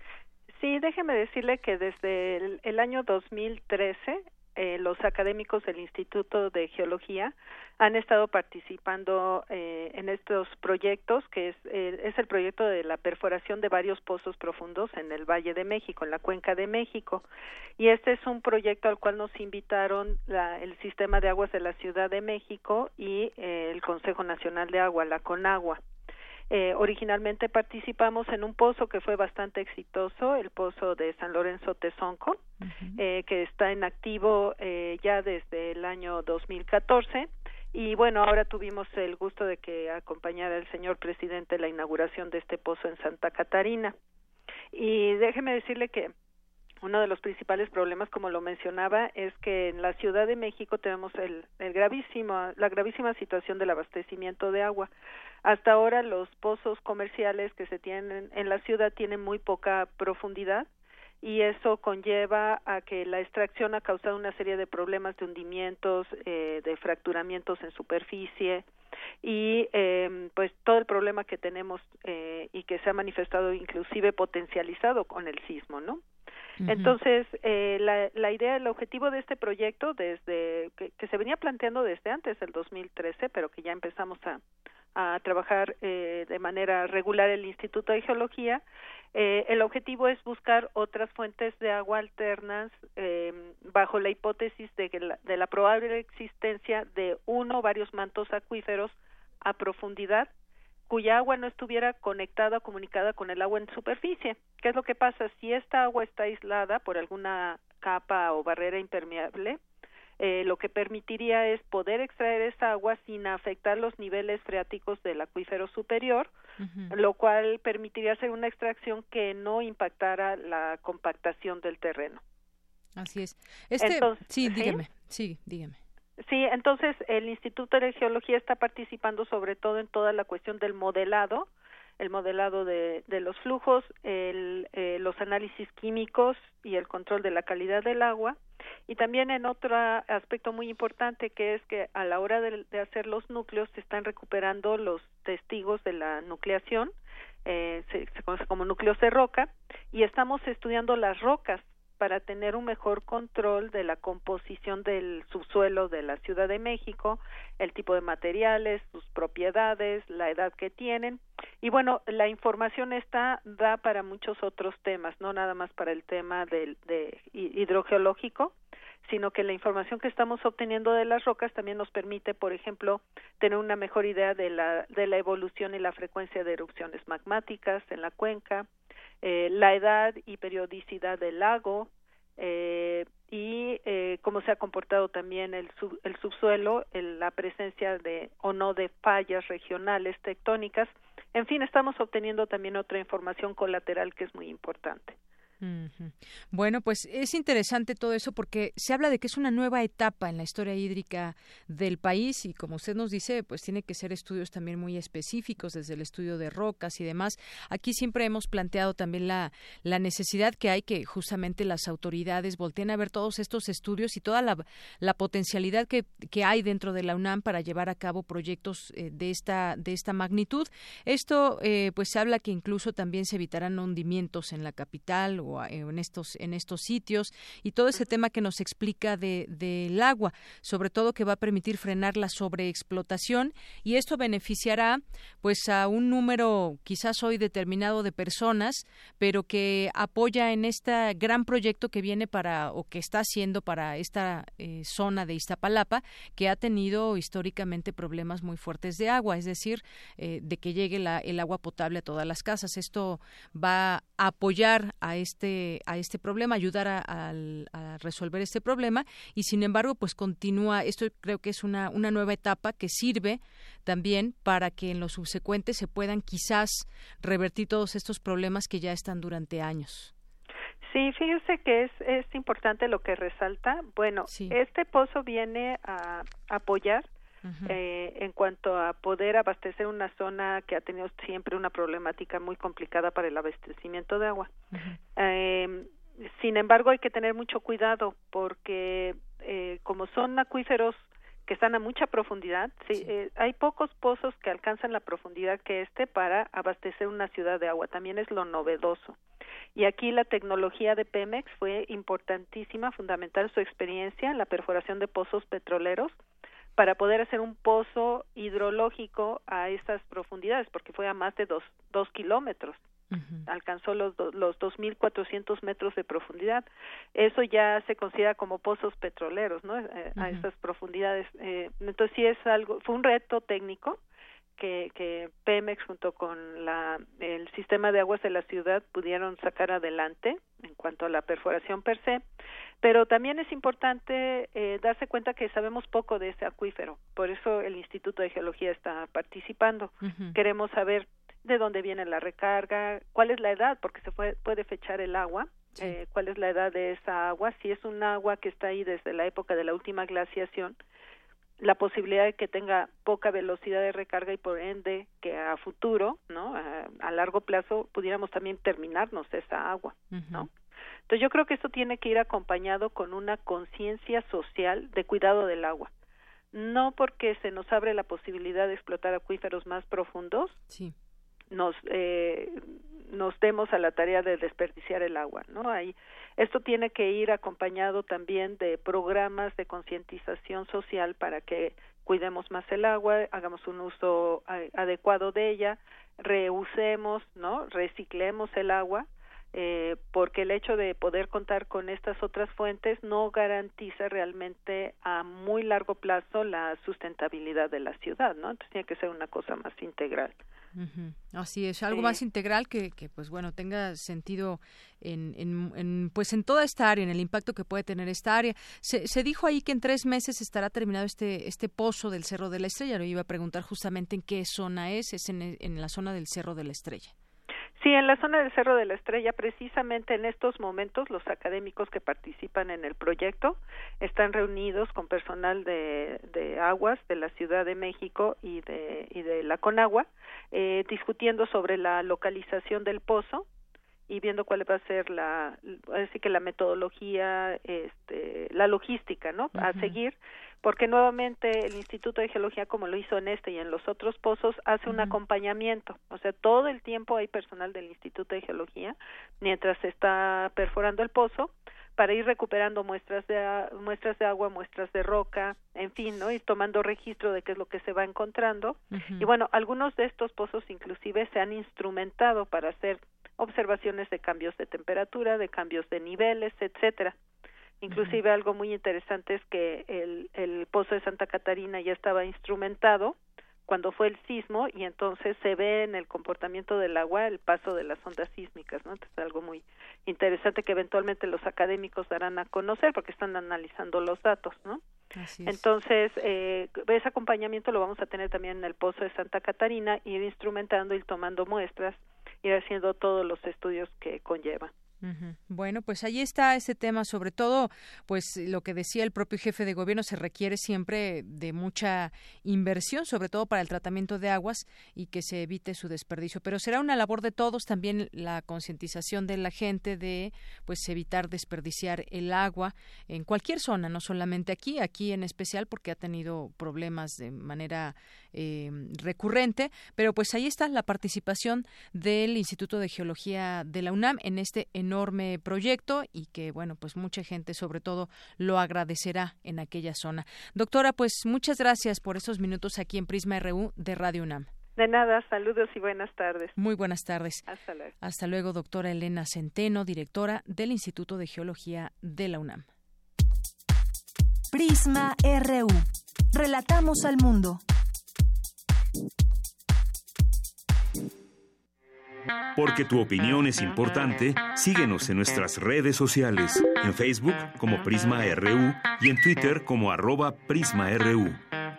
Sí, déjeme decirle que desde el año 2013 los académicos del Instituto de Geología han estado participando en estos proyectos, que es el proyecto de la perforación de varios pozos profundos en el Valle de México, en la Cuenca de México. Y este es un proyecto al cual nos invitaron el Sistema de Aguas de la Ciudad de México y el Consejo Nacional de Agua, la CONAGUA. Originalmente participamos en un pozo que fue bastante exitoso, el pozo de San Lorenzo Tezonco, que está en activo ya desde el año 2014. Y bueno, ahora tuvimos el gusto de que acompañara el señor presidente la inauguración de este pozo en Santa Catarina. Y déjeme decirle que uno de los principales problemas, como lo mencionaba, es que en la Ciudad de México tenemos la gravísima situación del abastecimiento de agua. Hasta ahora los pozos comerciales que se tienen en la ciudad tienen muy poca profundidad y eso conlleva a que la extracción ha causado una serie de problemas de hundimientos, de fracturamientos en superficie y pues todo el problema que tenemos y que se ha manifestado inclusive potencializado con el sismo, ¿no? Entonces, la idea, el objetivo de este proyecto, desde que se venía planteando desde antes del 2013, pero que ya empezamos a trabajar de manera regular el Instituto de Geología, el objetivo es buscar otras fuentes de agua alternas bajo la hipótesis de la probable existencia de uno o varios mantos acuíferos a profundidad cuya agua no estuviera conectada o comunicada con el agua en superficie. ¿Qué es lo que pasa? Si esta agua está aislada por alguna capa o barrera impermeable, lo que permitiría es poder extraer esa agua sin afectar los niveles freáticos del acuífero superior, lo cual permitiría hacer una extracción que no impactara la compactación del terreno. Así es. Entonces, dígame. Sí, entonces el Instituto de Geología está participando sobre todo en toda la cuestión del modelado, el modelado de los flujos, los análisis químicos y el control de la calidad del agua, y también en otro aspecto muy importante, que es que a la hora de hacer los núcleos se están recuperando los testigos de la nucleación, se conoce como núcleos de roca, y estamos estudiando las rocas para tener un mejor control de la composición del subsuelo de la Ciudad de México, el tipo de materiales, sus propiedades, la edad que tienen. Y bueno, la información da para muchos otros temas, no nada más para el tema de hidrogeológico, sino que la información que estamos obteniendo de las rocas también nos permite, por ejemplo, tener una mejor idea de la evolución y la frecuencia de erupciones magmáticas en la cuenca, la edad y periodicidad del lago, y cómo se ha comportado también el subsuelo, la presencia o no de fallas regionales tectónicas. En fin, estamos obteniendo también otra información colateral que es muy importante. Bueno, pues es interesante todo eso porque se habla de que es una nueva etapa en la historia hídrica del país y como usted nos dice, pues tiene que ser estudios también muy específicos desde el estudio de rocas y demás. Aquí siempre hemos planteado también la necesidad que hay que justamente las autoridades volteen a ver todos estos estudios y toda la potencialidad que hay dentro de la UNAM para llevar a cabo proyectos de esta magnitud. Esto pues se habla que incluso también se evitarán hundimientos en la capital o en estos sitios y todo ese tema que nos explica del agua, sobre todo que va a permitir frenar la sobreexplotación y esto beneficiará pues a un número quizás hoy determinado de personas, pero que apoya en este gran proyecto que viene que está haciendo para esta zona de Iztapalapa, que ha tenido históricamente problemas muy fuertes de agua, es decir, de que llegue el agua potable a todas las casas. Esto va a apoyar a este problema, ayudar a resolver este problema y sin embargo pues continúa, esto creo que es una nueva etapa que sirve también para que en los subsecuentes se puedan quizás revertir todos estos problemas que ya están durante años. Sí, fíjese que es importante lo que resalta. Bueno, sí. Este pozo viene a apoyar en cuanto a poder abastecer una zona que ha tenido siempre una problemática muy complicada para el abastecimiento de agua. Sin embargo, hay que tener mucho cuidado porque como son acuíferos que están a mucha profundidad, hay pocos pozos que alcanzan la profundidad que para abastecer una ciudad de agua. También es lo novedoso. Y aquí la tecnología de Pemex fue importantísima, fundamental su experiencia en la perforación de pozos petroleros para poder hacer un pozo hidrológico a esas profundidades, porque fue a más de 2 kilómetros. Alcanzó los 2.400 metros de profundidad. Eso ya se considera como pozos petroleros, ¿no? A esas profundidades. Entonces sí fue un reto técnico que Pemex junto con el sistema de aguas de la ciudad pudieron sacar adelante en cuanto a la perforación per se, pero también es importante darse cuenta que sabemos poco de ese acuífero, por eso el Instituto de Geología está participando. Queremos saber de dónde viene la recarga, cuál es la edad, porque se puede fechar el agua, cuál es la edad de esa agua, si es un agua que está ahí desde la época de la última glaciación, la posibilidad de que tenga poca velocidad de recarga y por ende que a futuro, ¿no? A largo plazo pudiéramos también terminarnos esa agua, ¿no? Entonces yo creo que esto tiene que ir acompañado con una conciencia social de cuidado del agua. No porque se nos abre la posibilidad de explotar acuíferos más profundos, nos demos a la tarea de desperdiciar el agua, ¿no? Esto tiene que ir acompañado también de programas de concientización social para que cuidemos más el agua, hagamos un uso adecuado de ella, reusemos, ¿no? Reciclemos el agua, porque el hecho de poder contar con estas otras fuentes no garantiza realmente a muy largo plazo la sustentabilidad de la ciudad, ¿no? Entonces tiene que ser una cosa más integral. Así es, algo más integral que pues bueno, tenga sentido pues en toda esta área, en el impacto que puede tener esta área. Se dijo ahí que en 3 meses estará terminado este pozo del Cerro de la Estrella. Lo iba a preguntar justamente en qué zona es en la zona del Cerro de la Estrella. Sí, en la zona del Cerro de la Estrella, precisamente en estos momentos, los académicos que participan en el proyecto están reunidos con personal de Aguas de la Ciudad de México y de la Conagua, discutiendo sobre la localización del pozo y viendo cuál va a ser la metodología, la logística, ¿no? A seguir, porque nuevamente el Instituto de Geología, como lo hizo en este y en los otros pozos, hace un acompañamiento, o sea, todo el tiempo hay personal del Instituto de Geología mientras se está perforando el pozo para ir recuperando muestras de agua, muestras de roca, en fin, ¿no? Ir tomando registro de qué es lo que se va encontrando. Y bueno, algunos de estos pozos inclusive se han instrumentado para hacer observaciones de cambios de temperatura, de cambios de niveles, etcétera. Inclusive algo muy interesante es que el pozo de Santa Catarina ya estaba instrumentado cuando fue el sismo y entonces se ve en el comportamiento del agua el paso de las ondas sísmicas, ¿no? Entonces algo muy interesante que eventualmente los académicos darán a conocer porque están analizando los datos, ¿no? Así es. Entonces, ese acompañamiento lo vamos a tener también en el pozo de Santa Catarina, ir instrumentando, ir tomando muestras, ir haciendo todos los estudios que conlleva. Bueno, pues ahí está ese tema, sobre todo, pues lo que decía el propio jefe de gobierno, se requiere siempre de mucha inversión, sobre todo para el tratamiento de aguas y que se evite su desperdicio, pero será una labor de todos, también la concientización de la gente de pues evitar desperdiciar el agua en cualquier zona, no solamente aquí en especial porque ha tenido problemas de manera recurrente, pero pues ahí está la participación del Instituto de Geología de la UNAM en este enorme proyecto y que, bueno, pues mucha gente sobre todo lo agradecerá en aquella zona. Doctora, pues muchas gracias por esos minutos aquí en Prisma RU de Radio UNAM. De nada, saludos y buenas tardes. Muy buenas tardes. Hasta luego. Hasta luego, doctora Elena Centeno, directora del Instituto de Geología de la UNAM. Prisma RU. Relatamos al mundo. Porque tu opinión es importante, síguenos en nuestras redes sociales, en Facebook como Prisma RU y en Twitter como @PrismaRU.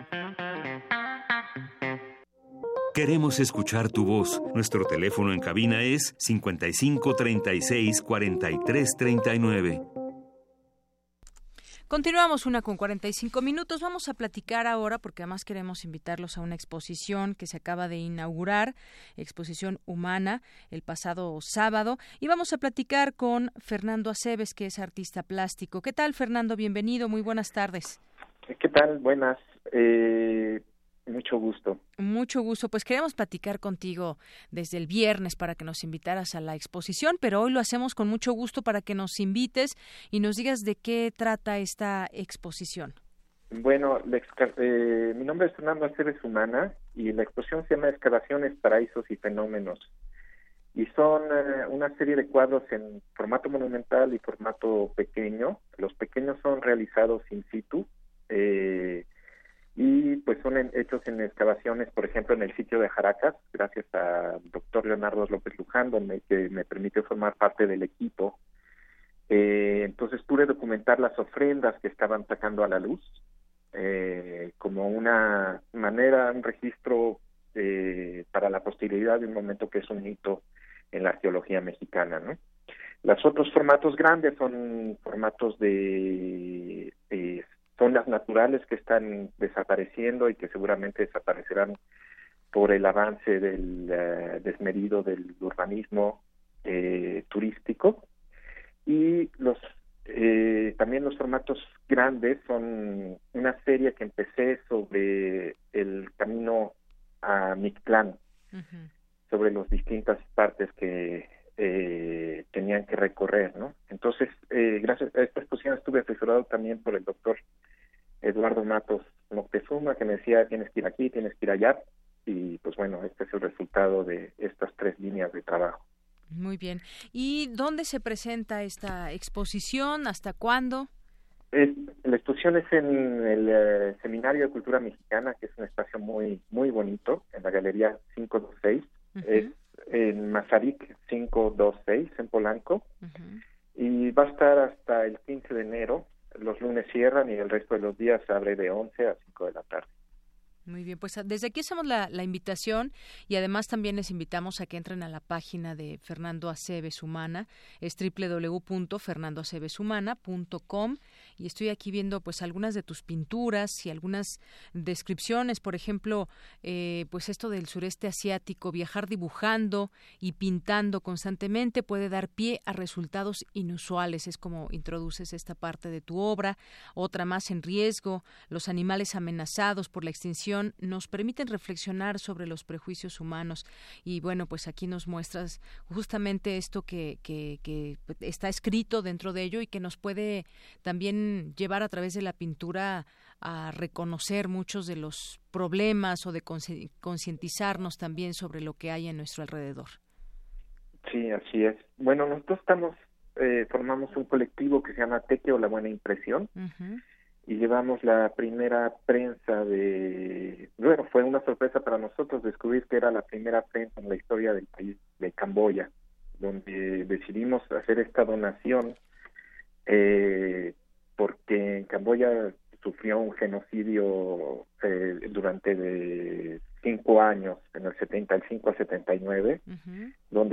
Queremos escuchar tu voz. Nuestro teléfono en cabina es 55 36 43 39. Continuamos 1:45. Vamos a platicar ahora, porque además queremos invitarlos a una exposición que se acaba de inaugurar, Exposición Humana, el pasado sábado. Y vamos a platicar con Fernando Aceves, que es artista plástico. ¿Qué tal, Fernando? Bienvenido, muy buenas tardes. ¿Qué tal? Buenas. Mucho gusto. Mucho gusto. Pues queremos platicar contigo desde el viernes para que nos invitaras a la exposición, pero hoy lo hacemos con mucho gusto para que nos invites y nos digas de qué trata esta exposición. Bueno, mi nombre es Fernando Aceves Humana y la exposición se llama Excavaciones, Paraísos y Fenómenos. Y son una serie de cuadros en formato monumental y formato pequeño. Los pequeños son realizados in situ, y pues son hechos en excavaciones, por ejemplo, en el sitio de Jaracas, gracias al doctor Leonardo López Luján, que me permitió formar parte del equipo. Entonces pude documentar las ofrendas que estaban sacando a la luz, como una manera, un registro para la posterioridad de un momento que es un hito en la arqueología mexicana, ¿no? Los otros formatos grandes son formatos de zonas naturales que están desapareciendo y que seguramente desaparecerán por el avance del desmedido del urbanismo turístico. Y también los formatos grandes son una serie que empecé sobre el camino a Mictlán, sobre las distintas partes que tenían que recorrer, ¿no? Entonces, gracias a esta exposición estuve asesorado también por el doctor Eduardo Matos Moctezuma, que me decía, tienes que ir aquí, tienes que ir allá, y pues bueno, este es el resultado de estas 3 líneas de trabajo. Muy bien. ¿Y dónde se presenta esta exposición? ¿Hasta cuándo? La exposición es en el Seminario de Cultura Mexicana, que es un espacio muy muy bonito, en la Galería 526. Es en Mazarik 526, en Polanco. Y va a estar hasta el 15 de enero. Los lunes cierran y el resto de los días se abre de 11 a 5 de la tarde. Muy bien, pues desde aquí hacemos la invitación y además también les invitamos a que entren a la página de Fernando Aceves Humana, es www.fernandoaceveshumana.com, y estoy aquí viendo pues algunas de tus pinturas y algunas descripciones, por ejemplo, pues esto del sureste asiático, viajar dibujando y pintando constantemente puede dar pie a resultados inusuales, es como introduces esta parte de tu obra. Otra más, en riesgo, los animales amenazados por la extinción nos permiten reflexionar sobre los prejuicios humanos. Y bueno, pues aquí nos muestras justamente esto que está escrito dentro de ello y que nos puede también llevar a través de la pintura a reconocer muchos de los problemas o de concientizarnos también sobre lo que hay en nuestro alrededor. Sí, así es. Bueno, nosotros formamos un colectivo que se llama Teque o la Buena Impresión. Y llevamos la primera prensa fue una sorpresa para nosotros descubrir que era la primera prensa en la historia del país de Camboya, donde decidimos hacer esta donación porque en Camboya sufrió un genocidio durante 5 años, en el 75 a 79, donde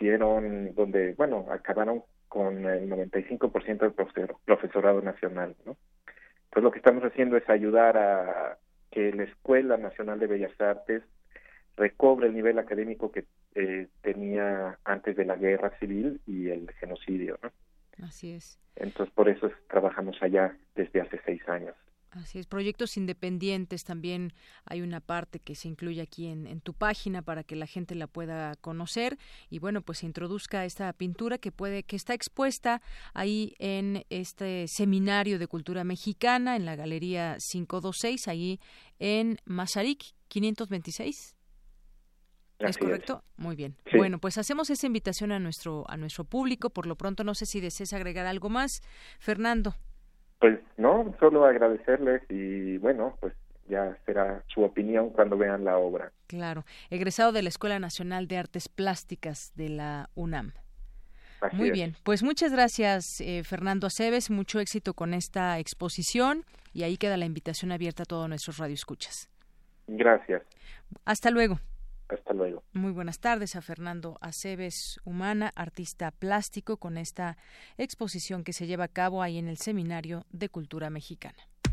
acabaron con el 95% del profesorado nacional, ¿no? Entonces lo que estamos haciendo es ayudar a que la Escuela Nacional de Bellas Artes recobre el nivel académico que tenía antes de la guerra civil y el genocidio, ¿no? Así es. Entonces por eso trabajamos allá desde hace 6 años. Así es, proyectos independientes también hay una parte que se incluye aquí en tu página para que la gente la pueda conocer y bueno, pues se introduzca esta pintura que está expuesta ahí en este Seminario de Cultura Mexicana en la Galería 526, ahí en Mazarik 526. ¿Es correcto? Muy bien. Sí. Bueno, pues hacemos esa invitación a nuestro público. Por lo pronto, no sé si deseas agregar algo más, Fernando. Pues no, solo agradecerles y bueno, pues ya será su opinión cuando vean la obra. Claro, egresado de la Escuela Nacional de Artes Plásticas de la UNAM. Muy bien, pues muchas gracias Fernando Aceves, mucho éxito con esta exposición y ahí queda la invitación abierta a todos nuestros radioescuchas. Gracias. Hasta luego. Hasta luego. Muy buenas tardes a Fernando Aceves Humana, artista plástico, con esta exposición que se lleva a cabo ahí en el Seminario de Cultura Mexicana.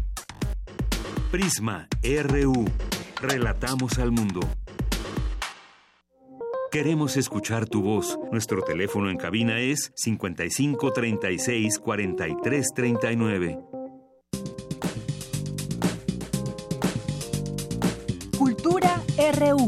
Prisma RU. Relatamos al mundo. Queremos escuchar tu voz. Nuestro teléfono en cabina es 55 36 43 39. Cultura RU.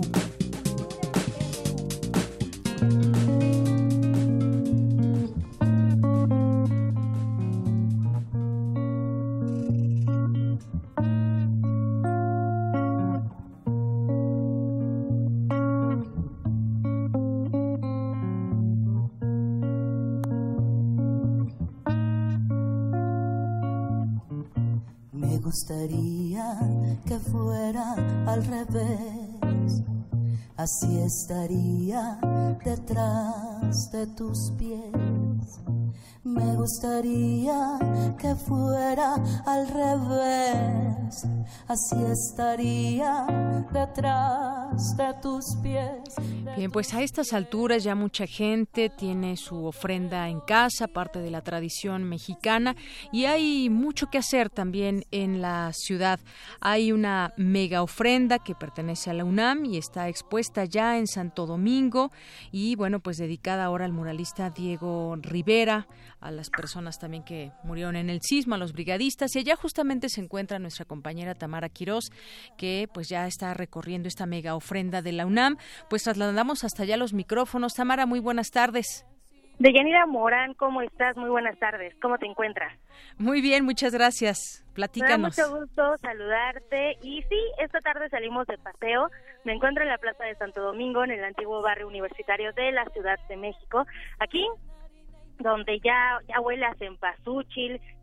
Me gustaría que fuera al revés, así estaría detrás de tus pies. Me gustaría que fuera al revés, así estaría detrás de tus pies. Bien, pues a estas alturas ya mucha gente tiene su ofrenda en casa, parte de la tradición mexicana, y hay mucho que hacer también en la ciudad. Hay una mega ofrenda que pertenece a la UNAM y está expuesta ya en Santo Domingo y bueno, pues dedicada ahora al muralista Diego Rivera, a las personas también que murieron en el sismo, a los brigadistas, y allá justamente se encuentra nuestra compañera Tamara Quirós, que pues ya está recorriendo esta mega ofrenda de la UNAM. Pues trasladamos hasta allá los micrófonos. Tamara, muy buenas tardes. Deyanira Morán, ¿cómo estás? Muy buenas tardes. ¿Cómo te encuentras? Muy bien, muchas gracias. Platícanos. Me da mucho gusto saludarte. Y sí, esta tarde salimos de paseo. Me encuentro en la Plaza de Santo Domingo, en el antiguo barrio universitario de la Ciudad de México. Aquí, donde ya huele a cempasúchil,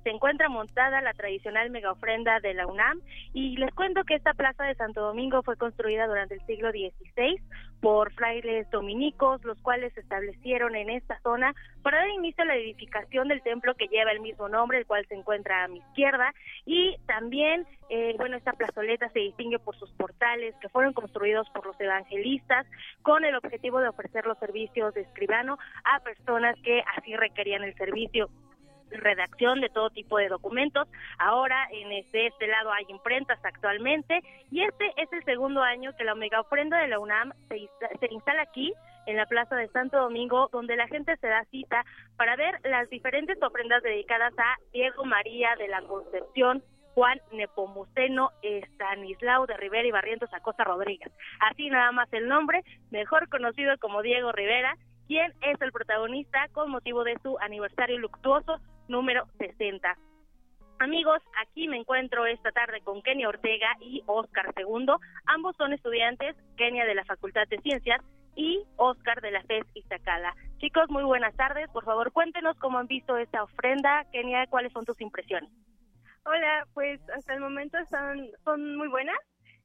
se encuentra montada la tradicional mega ofrenda de la UNAM, y les cuento que esta plaza de Santo Domingo fue construida durante el siglo XVI por frailes dominicos, los cuales se establecieron en esta zona para dar inicio a la edificación del templo que lleva el mismo nombre, el cual se encuentra a mi izquierda, y también, esta plazoleta se distingue por sus portales que fueron construidos por los evangelistas con el objetivo de ofrecer los servicios de escribano a personas que así requerían el servicio. Redacción de todo tipo de documentos. Ahora en este lado hay imprentas actualmente, y este es el segundo año que la mega ofrenda de la UNAM se instala aquí en la Plaza de Santo Domingo, donde la gente se da cita para ver las diferentes ofrendas dedicadas a Diego María de la Concepción, Juan Nepomuceno Estanislao de Rivera y Barrientos Acosta Rodríguez. Así nada más el nombre, mejor conocido como Diego Rivera, quien es el protagonista con motivo de su aniversario luctuoso número 60. Amigos, aquí me encuentro esta tarde con Kenia Ortega y Óscar Segundo. Ambos son estudiantes, Kenia de la Facultad de Ciencias y Óscar de la FES Iztacala. Chicos, muy buenas tardes. Por favor, cuéntenos cómo han visto esta ofrenda. Kenia, ¿cuáles son tus impresiones? Hola, pues hasta el momento son muy buenas.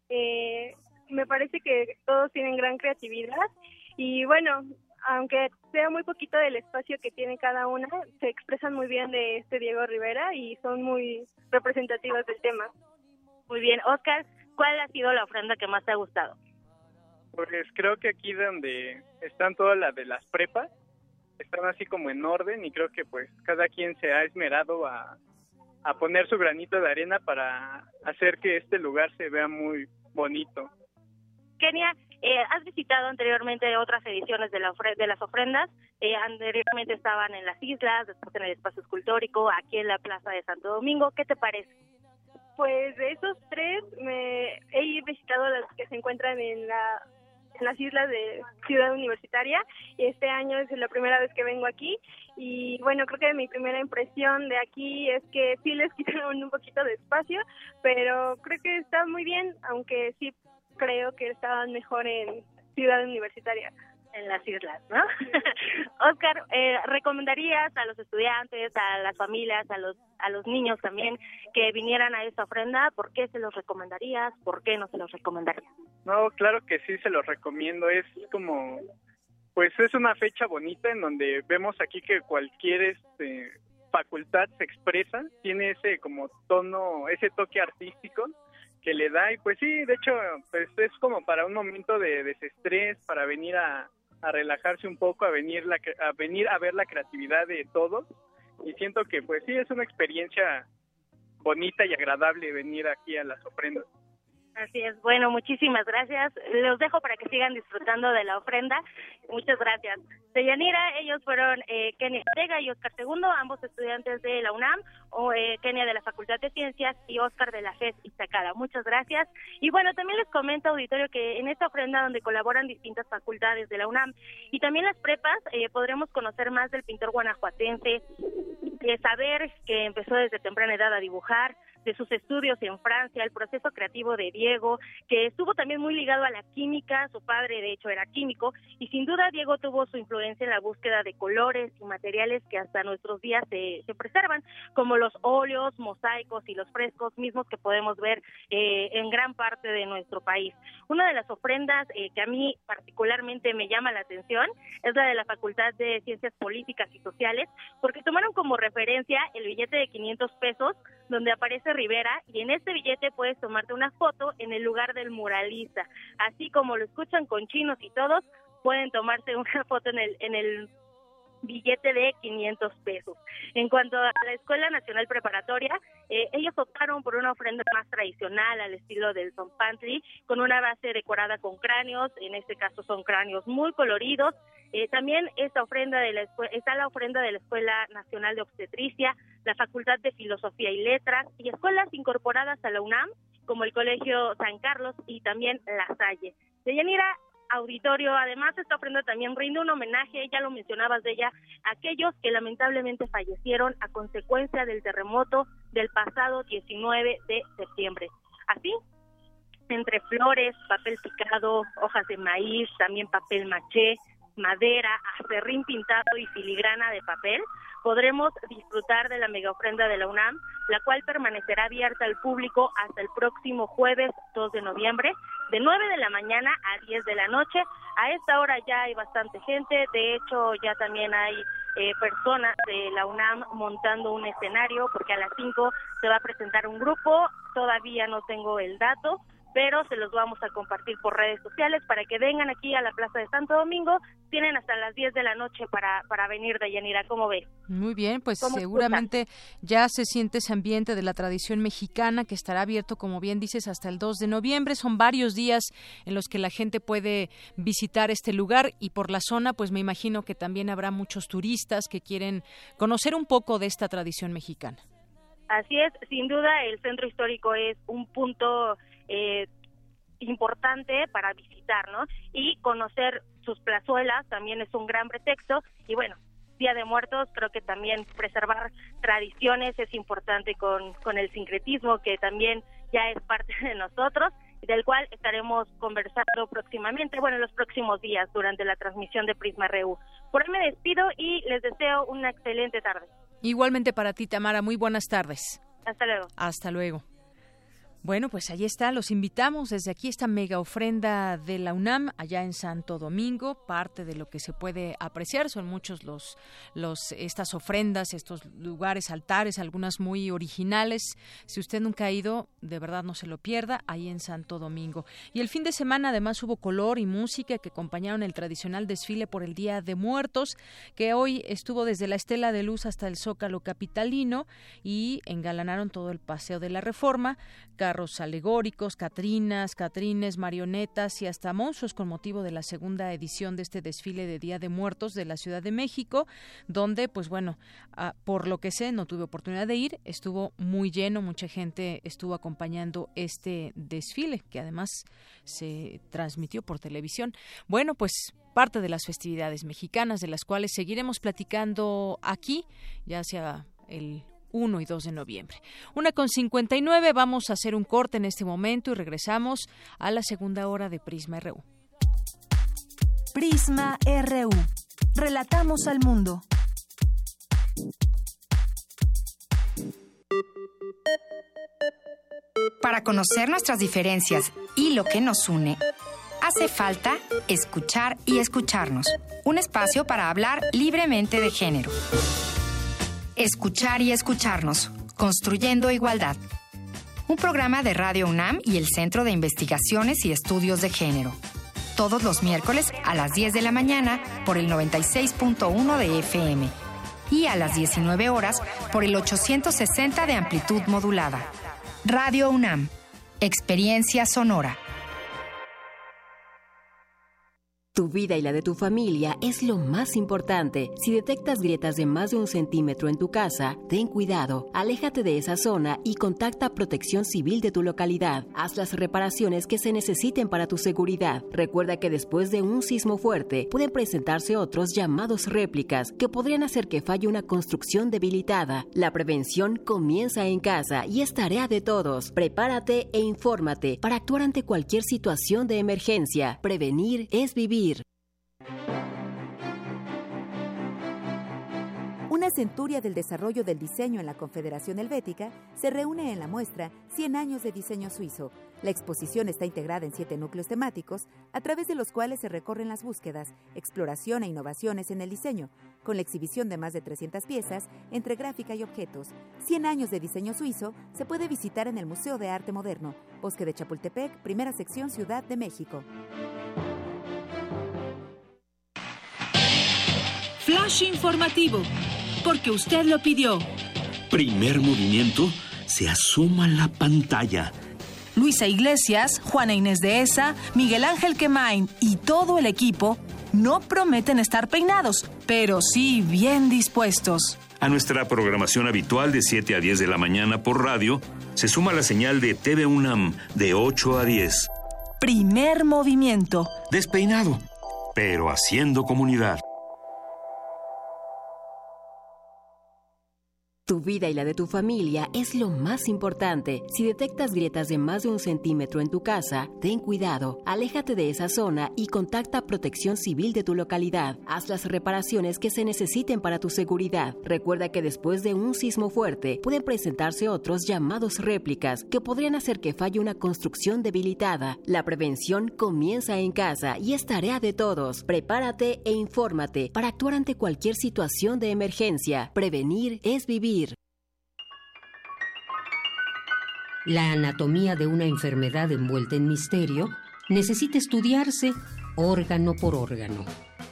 Me parece que todos tienen gran creatividad y bueno, aunque sea muy poquito del espacio que tiene cada una, se expresan muy bien de este Diego Rivera y son muy representativas del tema. Muy bien, Óscar, ¿cuál ha sido la ofrenda que más te ha gustado? Pues creo que aquí donde están todas las de las prepas, están así como en orden, y creo que pues cada quien se ha esmerado a poner su granito de arena para hacer que este lugar se vea muy bonito. Kenia, has visitado anteriormente otras ediciones de las ofrendas. Anteriormente estaban en las islas, después en el espacio escultórico, aquí en la Plaza de Santo Domingo. ¿Qué te parece? Pues de esos tres he visitado las que se encuentran en las islas de Ciudad Universitaria, y este año es la primera vez que vengo aquí, y bueno, creo que mi primera impresión de aquí es que sí les quitaron un poquito de espacio, pero creo que está muy bien, aunque sí creo que estaban mejor en Ciudad Universitaria. En las islas, ¿no? Óscar, ¿recomendarías a los estudiantes, a las familias, a los niños también que vinieran a esta ofrenda? ¿Por qué se los recomendarías? ¿Por qué no se los recomendarías? No, claro que sí se los recomiendo. Es como, pues es una fecha bonita en donde vemos aquí que cualquier facultad se expresa, tiene ese como tono, ese toque artístico que le da, y pues sí, de hecho, pues es como para un momento de desestrés, para venir a relajarse un poco, a venir a ver la creatividad de todos, y siento que pues sí es una experiencia bonita y agradable venir aquí a las ofrendas. Así es, bueno, muchísimas gracias. Los dejo para que sigan disfrutando de la ofrenda. Muchas gracias. Deyanira, ellos fueron Kenia Ortega y Óscar Segundo, ambos estudiantes de la UNAM, Kenia de la Facultad de Ciencias y Óscar de la FES Iztacala. Muchas gracias. Y bueno, también les comento, auditorio, que en esta ofrenda donde colaboran distintas facultades de la UNAM y también las prepas, podremos conocer más del pintor guanajuatense, saber que empezó desde temprana edad a dibujar, de sus estudios en Francia, el proceso creativo de Diego, que estuvo también muy ligado a la química. Su padre de hecho era químico, y sin duda Diego tuvo su influencia en la búsqueda de colores y materiales que hasta nuestros días se preservan, como los óleos, mosaicos y los frescos mismos que podemos ver en gran parte de nuestro país. Una de las ofrendas que a mí particularmente me llama la atención es la de la Facultad de Ciencias Políticas y Sociales, porque tomaron como referencia el billete de 500 pesos donde aparece Rivera, y en este billete puedes tomarte una foto en el lugar del muralista. Así como lo escuchan con chinos y todos, pueden tomarse una foto en el billete de 500 pesos. En cuanto a la Escuela Nacional Preparatoria, ellos optaron por una ofrenda más tradicional al estilo del Zompantli, con una base decorada con cráneos. En este caso son cráneos muy coloridos. También está la ofrenda de la Escuela Nacional de Obstetricia, la Facultad de Filosofía y Letras y escuelas incorporadas a la UNAM, como el Colegio San Carlos y también La Salle. Deyanira, auditorio, además esta ofrenda también rinde un homenaje, ya lo mencionabas de ella, a aquellos que lamentablemente fallecieron a consecuencia del terremoto del pasado 19 de septiembre. Así, entre flores, papel picado, hojas de maíz, también papel maché, madera, acerrín pintado y filigrana de papel, podremos disfrutar de la mega ofrenda de la UNAM, la cual permanecerá abierta al público hasta el próximo jueves 2 de noviembre, de 9 de la mañana a 10 de la noche. A esta hora ya hay bastante gente, de hecho ya también hay personas de la UNAM montando un escenario, porque a las 5 se va a presentar un grupo, todavía no tengo el dato, pero se los vamos a compartir por redes sociales para que vengan aquí a la Plaza de Santo Domingo. Tienen hasta las 10 de la noche para venir, Deyanira, ¿cómo ves? Muy bien, pues seguramente ya se siente ese ambiente de la tradición mexicana que estará abierto, como bien dices, hasta el 2 de noviembre. Son varios días en los que la gente puede visitar este lugar y por la zona, pues me imagino que también habrá muchos turistas que quieren conocer un poco de esta tradición mexicana. Así es, sin duda el centro histórico es un punto importante para visitar, ¿no? Y conocer sus plazuelas también es un gran pretexto. Y bueno, Día de Muertos, creo que también preservar tradiciones es importante con el sincretismo, que también ya es parte de nosotros, del cual estaremos conversando próximamente, bueno, en los próximos días durante la transmisión de Prisma RU. Por hoy me despido y les deseo una excelente tarde. Igualmente para ti, Tamara, muy buenas tardes. Hasta luego. Hasta luego. Bueno, pues ahí está, los invitamos desde aquí, esta mega ofrenda de la UNAM, allá en Santo Domingo. Parte de lo que se puede apreciar son muchos estas ofrendas, estos lugares, altares, algunas muy originales. Si usted nunca ha ido, de verdad no se lo pierda, ahí en Santo Domingo. Y el fin de semana además hubo color y música que acompañaron el tradicional desfile por el Día de Muertos, que hoy estuvo desde la Estela de Luz hasta el Zócalo capitalino y engalanaron todo el Paseo de la Reforma, carros alegóricos, catrines, marionetas y hasta monstruos con motivo de la segunda edición de este desfile de Día de Muertos de la Ciudad de México, donde, pues bueno, por lo que sé, no tuve oportunidad de ir, estuvo muy lleno, mucha gente estuvo acompañando este desfile, que además se transmitió por televisión. Bueno, pues parte de las festividades mexicanas, de las cuales seguiremos platicando aquí, ya sea el 1 y 2 de noviembre. 1:59, vamos a hacer un corte en este momento y regresamos a la segunda hora de Prisma RU. Prisma RU. Relatamos al mundo. Para conocer nuestras diferencias y lo que nos une, hace falta escuchar y escucharnos. Un espacio para hablar libremente de género. Escuchar y escucharnos, construyendo igualdad. Un programa de Radio UNAM y el Centro de Investigaciones y Estudios de Género. Todos los miércoles a las 10 de la mañana por el 96.1 de FM y a las 19 horas por el 860 de amplitud modulada. Radio UNAM, experiencia sonora. Tu vida y la de tu familia es lo más importante. Si detectas grietas de más de 1 centímetro en tu casa, ten cuidado, aléjate de esa zona y contacta a Protección Civil de tu localidad. Haz las reparaciones que se necesiten para tu seguridad. Recuerda que después de un sismo fuerte, pueden presentarse otros llamados réplicas que podrían hacer que falle una construcción debilitada. La prevención comienza en casa y es tarea de todos. Prepárate e infórmate para actuar ante cualquier situación de emergencia. Prevenir es vivir. Una centuria del desarrollo del diseño en la Confederación Helvética se reúne en la muestra 100 años de diseño suizo. La exposición está integrada en 7 núcleos temáticos, a través de los cuales se recorren las búsquedas, exploración e innovaciones en el diseño, con la exhibición de más de 300 piezas entre gráfica y objetos. 100 años de diseño suizo se puede visitar en el Museo de Arte Moderno, Bosque de Chapultepec, primera sección, Ciudad de México. Flash informativo, porque usted lo pidió. Primer movimiento, se asoma la pantalla. Luisa Iglesias, Juana Inés de Esa, Miguel Ángel Quemain y todo el equipo no prometen estar peinados, pero sí bien dispuestos. A nuestra programación habitual de 7 a 10 de la mañana por radio, se suma la señal de TV UNAM de 8 a 10. Primer movimiento. Despeinado, pero haciendo comunidad. Tu vida y la de tu familia es lo más importante. Si detectas grietas de más de 1 centímetro en tu casa, ten cuidado, aléjate de esa zona y contacta Protección Civil de tu localidad. Haz las reparaciones que se necesiten para tu seguridad. Recuerda que después de un sismo fuerte, pueden presentarse otros llamados réplicas que podrían hacer que falle una construcción debilitada. La prevención comienza en casa y es tarea de todos. Prepárate e infórmate para actuar ante cualquier situación de emergencia. Prevenir es vivir. La anatomía de una enfermedad envuelta en misterio necesita estudiarse órgano por órgano.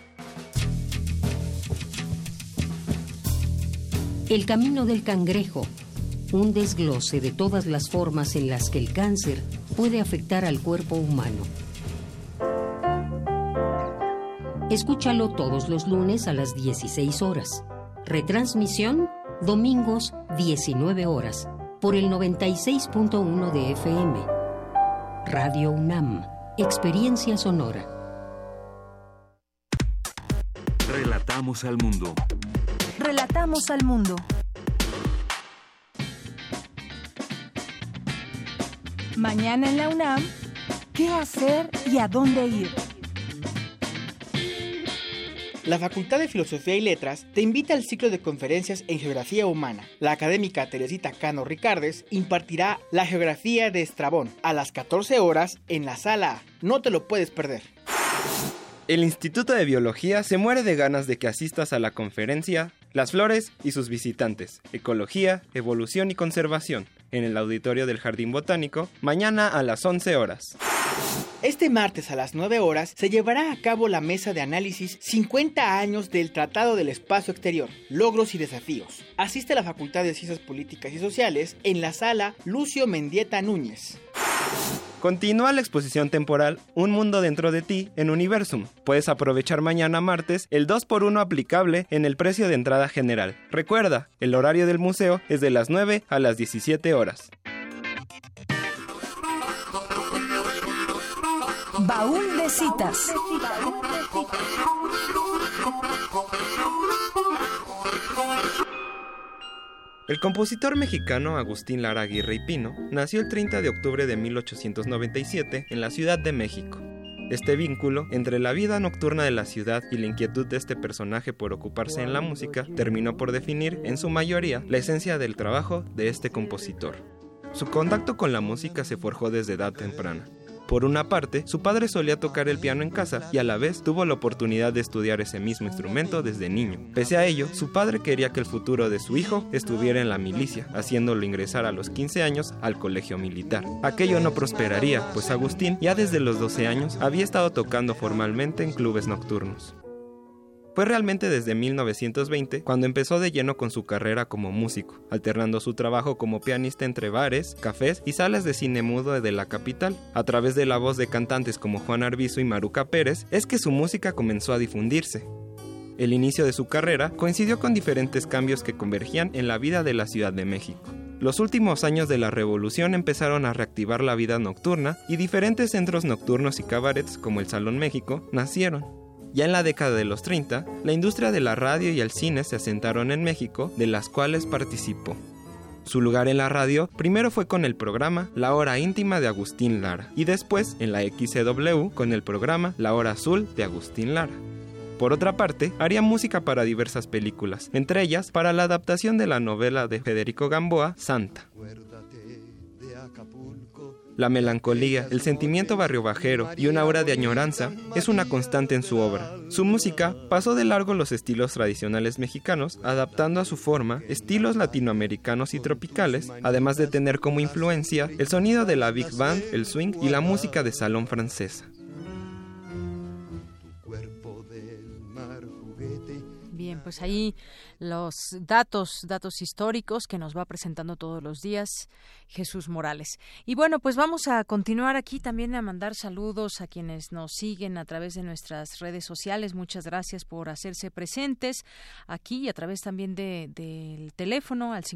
El camino del cangrejo, un desglose de todas las formas en las que el cáncer puede afectar al cuerpo humano. Escúchalo todos los lunes a las 16 horas. Retransmisión, domingos, 19 horas, por el 96.1 de FM. Radio UNAM, Experiencia Sonora. Relatamos al mundo. Relatamos al mundo. Mañana en la UNAM, ¿qué hacer y a dónde ir? La Facultad de Filosofía y Letras te invita al ciclo de conferencias en Geografía Humana. La académica Teresita Cano Ricardes impartirá la Geografía de Estrabón a las 14 horas en la Sala A. No te lo puedes perder. El Instituto de Biología se muere de ganas de que asistas a la conferencia Las flores y sus visitantes, Ecología, Evolución y Conservación, en el auditorio del Jardín Botánico, mañana a las 11 horas. Este martes a las 9 horas se llevará a cabo la mesa de análisis 50 años del Tratado del Espacio Exterior, logros y desafíos. Asiste a la Facultad de Ciencias Políticas y Sociales en la sala Lucio Mendieta Núñez. Continúa la exposición temporal Un Mundo Dentro de Ti en Universum. Puedes aprovechar mañana martes el 2x1 aplicable en el precio de entrada general. Recuerda, el horario del museo es de las 9 a las 17 horas. Baúl de citas. El compositor mexicano Agustín Lara Aguirre y Pino nació el 30 de octubre de 1897 en la Ciudad de México. Este vínculo entre la vida nocturna de la ciudad y la inquietud de este personaje por ocuparse en la música terminó por definir, en su mayoría, la esencia del trabajo de este compositor. Su contacto con la música se forjó desde edad temprana. Por una parte, su padre solía tocar el piano en casa y a la vez tuvo la oportunidad de estudiar ese mismo instrumento desde niño. Pese a ello, su padre quería que el futuro de su hijo estuviera en la milicia, haciéndolo ingresar a los 15 años al colegio militar. Aquello no prosperaría, pues Agustín ya desde los 12 años había estado tocando formalmente en clubes nocturnos. Fue realmente desde 1920 cuando empezó de lleno con su carrera como músico, alternando su trabajo como pianista entre bares, cafés y salas de cine mudo de la capital. A través de la voz de cantantes como Juan Arvizu y Maruca Pérez, es que su música comenzó a difundirse. El inicio de su carrera coincidió con diferentes cambios que convergían en la vida de la Ciudad de México. Los últimos años de la Revolución empezaron a reactivar la vida nocturna y diferentes centros nocturnos y cabarets como el Salón México nacieron. Ya en la década de los 30, la industria de la radio y el cine se asentaron en México, de las cuales participó. Su lugar en la radio primero fue con el programa La Hora Íntima de Agustín Lara y después en la XCW con el programa La Hora Azul de Agustín Lara. Por otra parte, haría música para diversas películas, entre ellas para la adaptación de la novela de Federico Gamboa, Santa. La melancolía, el sentimiento barriobajero y una aura de añoranza es una constante en su obra. Su música pasó de largo los estilos tradicionales mexicanos, adaptando a su forma estilos latinoamericanos y tropicales, además de tener como influencia el sonido de la big band, el swing y la música de salón francesa. Bien, pues ahí los datos históricos que nos va presentando todos los días Jesús Morales. Y bueno, pues vamos a continuar aquí también a mandar saludos a quienes nos siguen a través de nuestras redes sociales. Muchas gracias por hacerse presentes aquí y a través también del teléfono al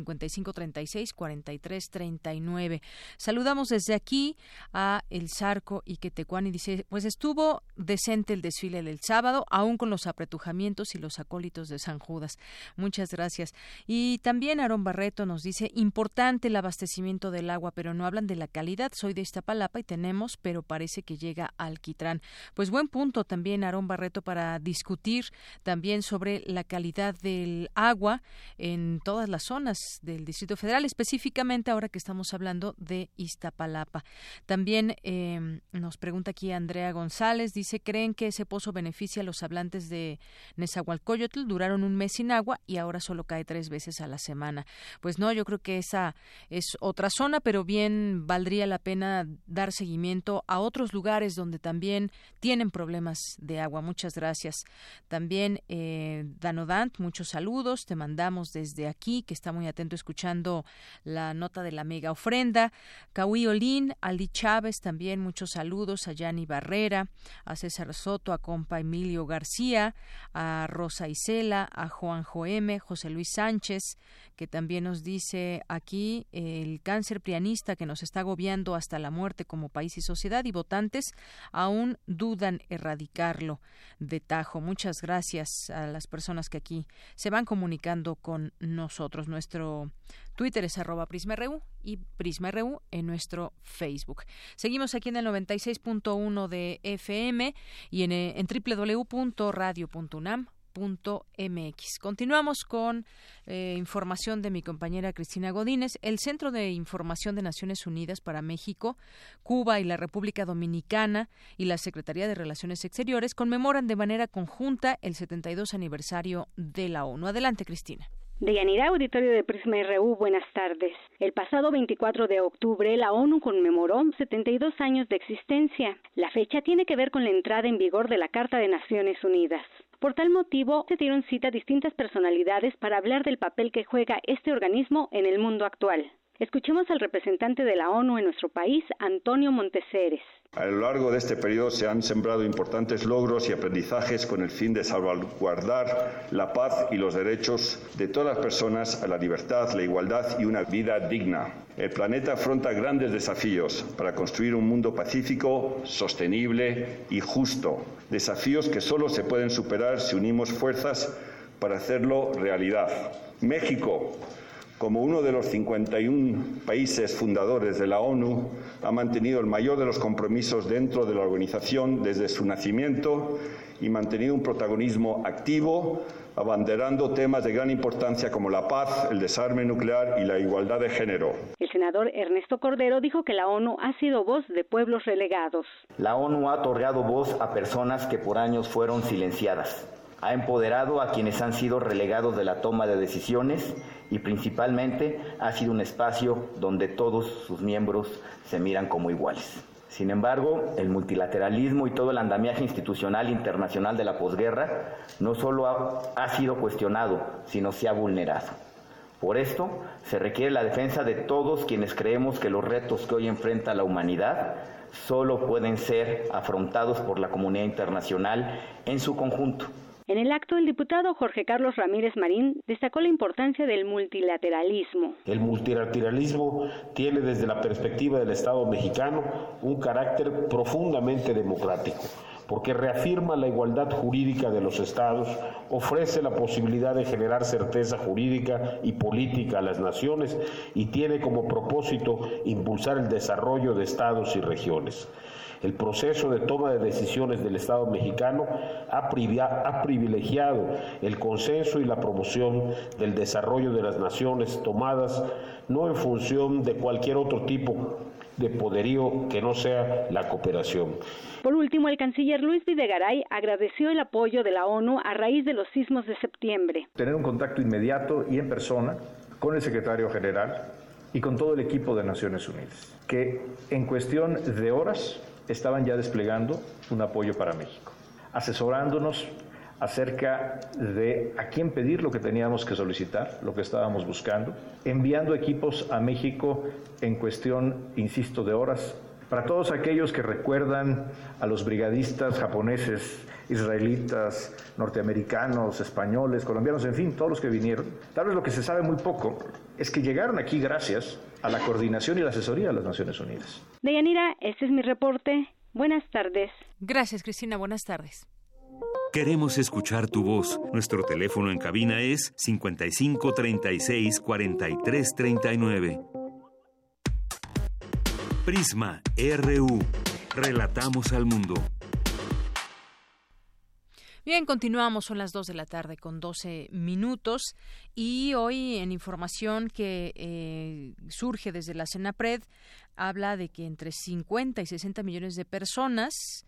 5536-4339. Saludamos desde aquí a El Zarco y Quetecuán y dice, pues estuvo decente el desfile del sábado, aún con los apretujamientos y los acólitos de San Judas. Muchas gracias. Y también Aarón Barreto nos dice, importante el abastecimiento del agua, pero no hablan de la calidad. Soy de Iztapalapa y tenemos, pero parece que llega a Alquitrán. Pues buen punto también, Aarón Barreto, para discutir también sobre la calidad del agua en todas las zonas del Distrito Federal, específicamente ahora que estamos hablando de Iztapalapa. También nos pregunta aquí Andrea González, dice, ¿creen que ese pozo beneficia a los hablantes de Nezahualcóyotl? Duraron un mes sin agua y ahora solo cae 3 veces a la semana. Pues no, yo creo que esa es otra zona, pero bien valdría la pena dar seguimiento a otros lugares donde también tienen problemas de agua. Muchas gracias. También Danodant, muchos saludos, te mandamos desde aquí, que está muy atento escuchando la nota de la mega ofrenda. Cahuí Olín, Aldi Chávez, también muchos saludos a Yani Barrera, a César Soto, a compa Emilio García, a Rosa Isela, a Juanjo M, José Luis Sánchez, que también nos dice aquí el cáncer prianista que nos está agobiando hasta la muerte como país y sociedad, y votantes aún dudan erradicarlo de tajo. Muchas gracias a las personas que aquí se van comunicando con nosotros. Nuestro Twitter es @PrismaRU y PrismaRU en nuestro Facebook. Seguimos aquí en el 96.1 de FM y en www.radio.unam.mx. Continuamos con información de mi compañera Cristina Godínez. El Centro de Información de Naciones Unidas para México, Cuba y la República Dominicana y la Secretaría de Relaciones Exteriores conmemoran de manera conjunta el 72 aniversario de la ONU. Adelante, Cristina. Deyanira, auditorio de Prisma RU, buenas tardes. El pasado 24 de octubre, la ONU conmemoró 72 años de existencia. La fecha tiene que ver con la entrada en vigor de la Carta de Naciones Unidas. Por tal motivo, se dieron cita a distintas personalidades para hablar del papel que juega este organismo en el mundo actual. Escuchemos al representante de la ONU en nuestro país, Antonio Monteceres. A lo largo de este periodo se han sembrado importantes logros y aprendizajes con el fin de salvaguardar la paz y los derechos de todas las personas a la libertad, la igualdad y una vida digna. El planeta afronta grandes desafíos para construir un mundo pacífico, sostenible y justo. Desafíos que solo se pueden superar si unimos fuerzas para hacerlo realidad. México, como uno de los 51 países fundadores de la ONU, ha mantenido el mayor de los compromisos dentro de la organización desde su nacimiento y mantenido un protagonismo activo, abanderando temas de gran importancia como la paz, el desarme nuclear y la igualdad de género. El senador Ernesto Cordero dijo que la ONU ha sido voz de pueblos relegados. La ONU ha otorgado voz a personas que por años fueron silenciadas. Ha empoderado a quienes han sido relegados de la toma de decisiones y principalmente ha sido un espacio donde todos sus miembros se miran como iguales. Sin embargo, el multilateralismo y todo el andamiaje institucional internacional de la posguerra no solo ha sido cuestionado, sino se ha vulnerado. Por esto, se requiere la defensa de todos quienes creemos que los retos que hoy enfrenta la humanidad solo pueden ser afrontados por la comunidad internacional en su conjunto. En el acto, el diputado Jorge Carlos Ramírez Marín destacó la importancia del multilateralismo. El multilateralismo tiene desde la perspectiva del Estado mexicano un carácter profundamente democrático, porque reafirma la igualdad jurídica de los estados, ofrece la posibilidad de generar certeza jurídica y política a las naciones y tiene como propósito impulsar el desarrollo de estados y regiones. El proceso de toma de decisiones del Estado mexicano ha privilegiado el consenso y la promoción del desarrollo de las naciones tomadas no en función de cualquier otro tipo de poderío que no sea la cooperación. Por último, el canciller Luis Videgaray agradeció el apoyo de la ONU a raíz de los sismos de septiembre. Tener un contacto inmediato y en persona con el secretario general y con todo el equipo de Naciones Unidas, que en cuestión de horas estaban ya desplegando un apoyo para México, asesorándonos acerca de a quién pedir lo que teníamos que solicitar, lo que estábamos buscando, enviando equipos a México en cuestión, insisto, de horas. Para todos aquellos que recuerdan a los brigadistas japoneses, israelitas, norteamericanos, españoles, colombianos, en fin, todos los que vinieron, tal vez lo que se sabe muy poco es que llegaron aquí gracias a la coordinación y la asesoría de las Naciones Unidas. Deyanira, este es mi reporte. Buenas tardes. Gracias, Cristina. Buenas tardes. Queremos escuchar tu voz. Nuestro teléfono en cabina es 55 36 43 39. Prisma RU. Relatamos al mundo. Bien, continuamos, son las 2 de la tarde con 12 minutos y hoy en información que surge desde la CENAPRED habla de que entre 50 y 60 millones de personas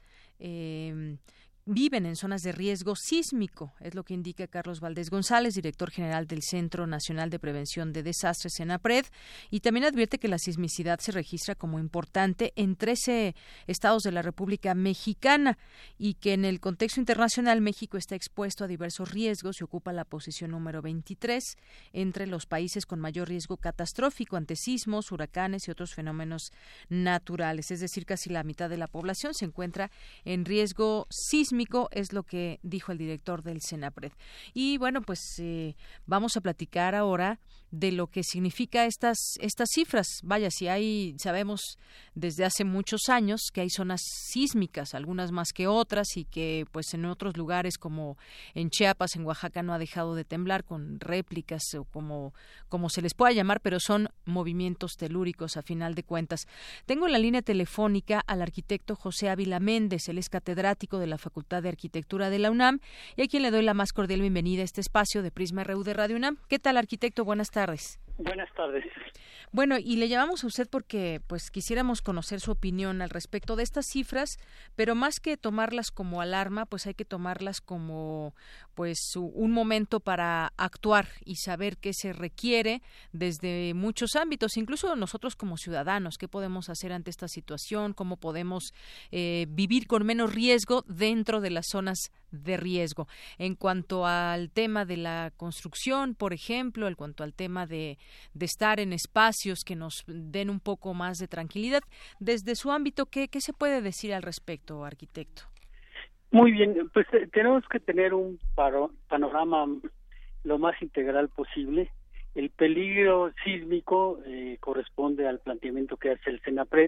viven en zonas de riesgo sísmico, es lo que indica Carlos Valdés González, director general del Centro Nacional de Prevención de Desastres, CENAPRED, y también advierte que la sismicidad se registra como importante en 13 estados de la República Mexicana y que en el contexto internacional México está expuesto a diversos riesgos y ocupa la posición número 23 entre los países con mayor riesgo catastrófico ante sismos, huracanes y otros fenómenos naturales, es decir, casi la mitad de la población se encuentra en riesgo sísmico, es lo que dijo el director del CENAPRED. Y bueno, pues vamos a platicar ahora de lo que significa estas cifras. Vaya, sabemos desde hace muchos años que hay zonas sísmicas, algunas más que otras, y que pues en otros lugares como en Chiapas, en Oaxaca, no ha dejado de temblar con réplicas o como se les pueda llamar, pero son movimientos telúricos a final de cuentas. Tengo en la línea telefónica al arquitecto José Ávila Méndez, él es catedrático de la Facultad de Arquitectura de la UNAM y a quien le doy la más cordial bienvenida a este espacio de Prisma RU de Radio UNAM. ¿Qué tal, arquitecto? Buenas tardes. Buenas tardes. Bueno, y le llamamos a usted porque pues quisiéramos conocer su opinión al respecto de estas cifras, pero más que tomarlas como alarma, pues hay que tomarlas como pues un momento para actuar y saber qué se requiere desde muchos ámbitos, incluso nosotros como ciudadanos, qué podemos hacer ante esta situación, cómo podemos vivir con menos riesgo dentro de las zonas de riesgo. En cuanto al tema de la construcción, por ejemplo, en cuanto al tema de estar en espacios que nos den un poco más de tranquilidad, desde su ámbito, ¿qué se puede decir al respecto, arquitecto? Muy bien, pues tenemos que tener un panorama lo más integral posible. El peligro sísmico corresponde al planteamiento que hace el CENAPRED,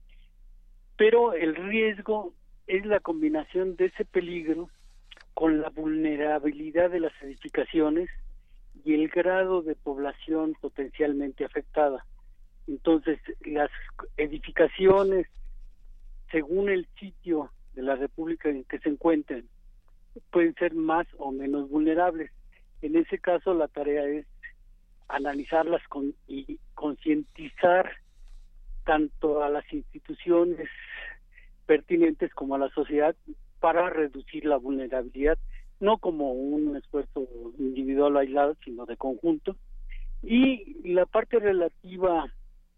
pero el riesgo es la combinación de ese peligro con la vulnerabilidad de las edificaciones y el grado de población potencialmente afectada. Entonces, las edificaciones, según el sitio de la República en que se encuentren, pueden ser más o menos vulnerables. En ese caso, la tarea es analizarlas y concientizar tanto a las instituciones pertinentes como a la sociedad para reducir la vulnerabilidad, no como un esfuerzo individual aislado, sino de conjunto. Y la parte relativa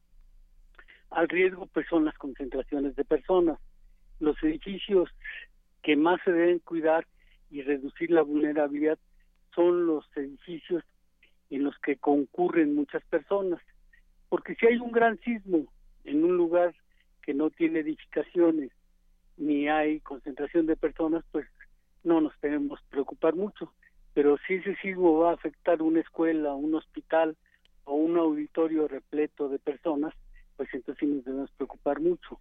al riesgo, pues son las concentraciones de personas. Los edificios que más se deben cuidar y reducir la vulnerabilidad son los edificios en los que concurren muchas personas, porque si hay un gran sismo en un lugar que no tiene edificaciones ni hay concentración de personas, pues no nos debemos preocupar mucho. Pero si ese sismo va a afectar una escuela, un hospital o un auditorio repleto de personas, pues entonces sí nos debemos preocupar mucho.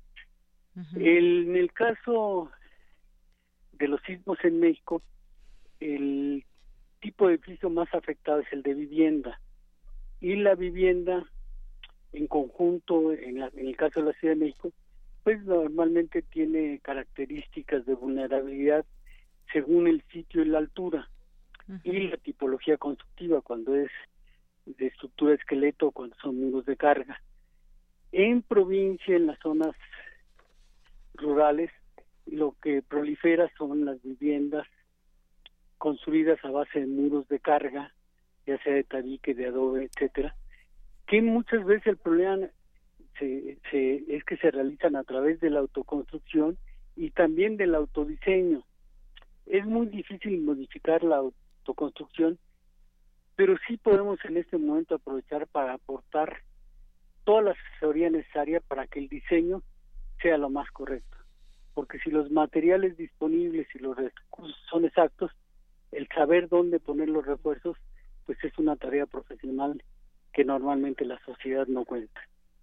En el caso de los sismos en México, el tipo de edificio más afectado es el de vivienda, y la vivienda en conjunto, en el caso de la Ciudad de México, pues normalmente tiene características de vulnerabilidad según el sitio y la altura, y la tipología constructiva, cuando es de estructura esqueleto, cuando son muros de carga. En provincia, en las zonas rurales, lo que prolifera son las viviendas construidas a base de muros de carga, ya sea de tabique, de adobe, etcétera, que muchas veces el problema es que se realizan a través de la autoconstrucción y también del autodiseño. Es muy difícil modificar la autoconstrucción, pero sí podemos en este momento aprovechar para aportar toda la asesoría necesaria para que el diseño sea lo más correcto. Porque si los materiales disponibles y los recursos son exactos, el saber dónde poner los refuerzos, pues es una tarea profesional que normalmente la sociedad no cuenta.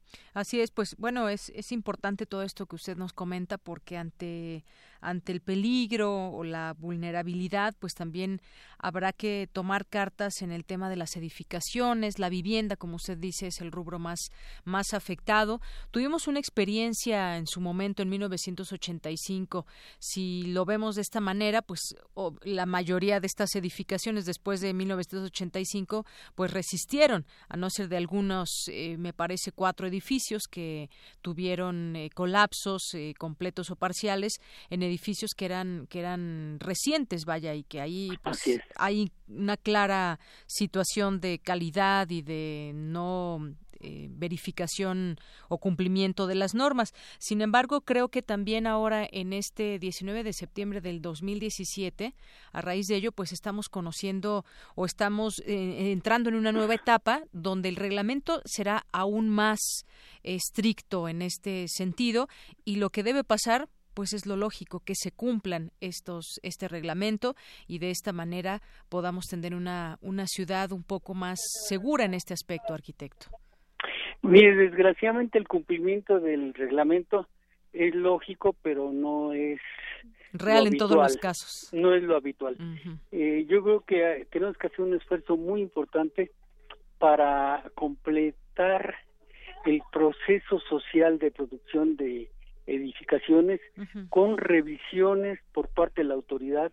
Así es, pues bueno, es importante todo esto que usted nos comenta, porque ante el peligro o la vulnerabilidad, pues también habrá que tomar cartas en el tema de las edificaciones. La vivienda, como usted dice, es el rubro más afectado. Tuvimos una experiencia en su momento en 1985. Si lo vemos de esta manera, pues la mayoría de estas edificaciones después de 1985 pues resistieron, a no ser de algunos, me parece 4 edificios que tuvieron colapsos completos o parciales en edificios que eran recientes, vaya, y que ahí pues hay una clara situación de calidad y de no verificación o cumplimiento de las normas. Sin embargo, creo que también ahora en este 19 de septiembre del 2017, a raíz de ello, pues estamos conociendo o estamos entrando en una nueva etapa donde el reglamento será aún más estricto en este sentido, y lo que debe pasar pues es lo lógico, que se cumplan este reglamento, y de esta manera podamos tener una ciudad un poco más segura en este aspecto, arquitecto. Mire, desgraciadamente el cumplimiento del reglamento es lógico, pero no es real en todos los casos. No es lo habitual. Yo creo que tenemos que hacer un esfuerzo muy importante para completar el proceso social de producción de edificaciones con revisiones por parte de la autoridad.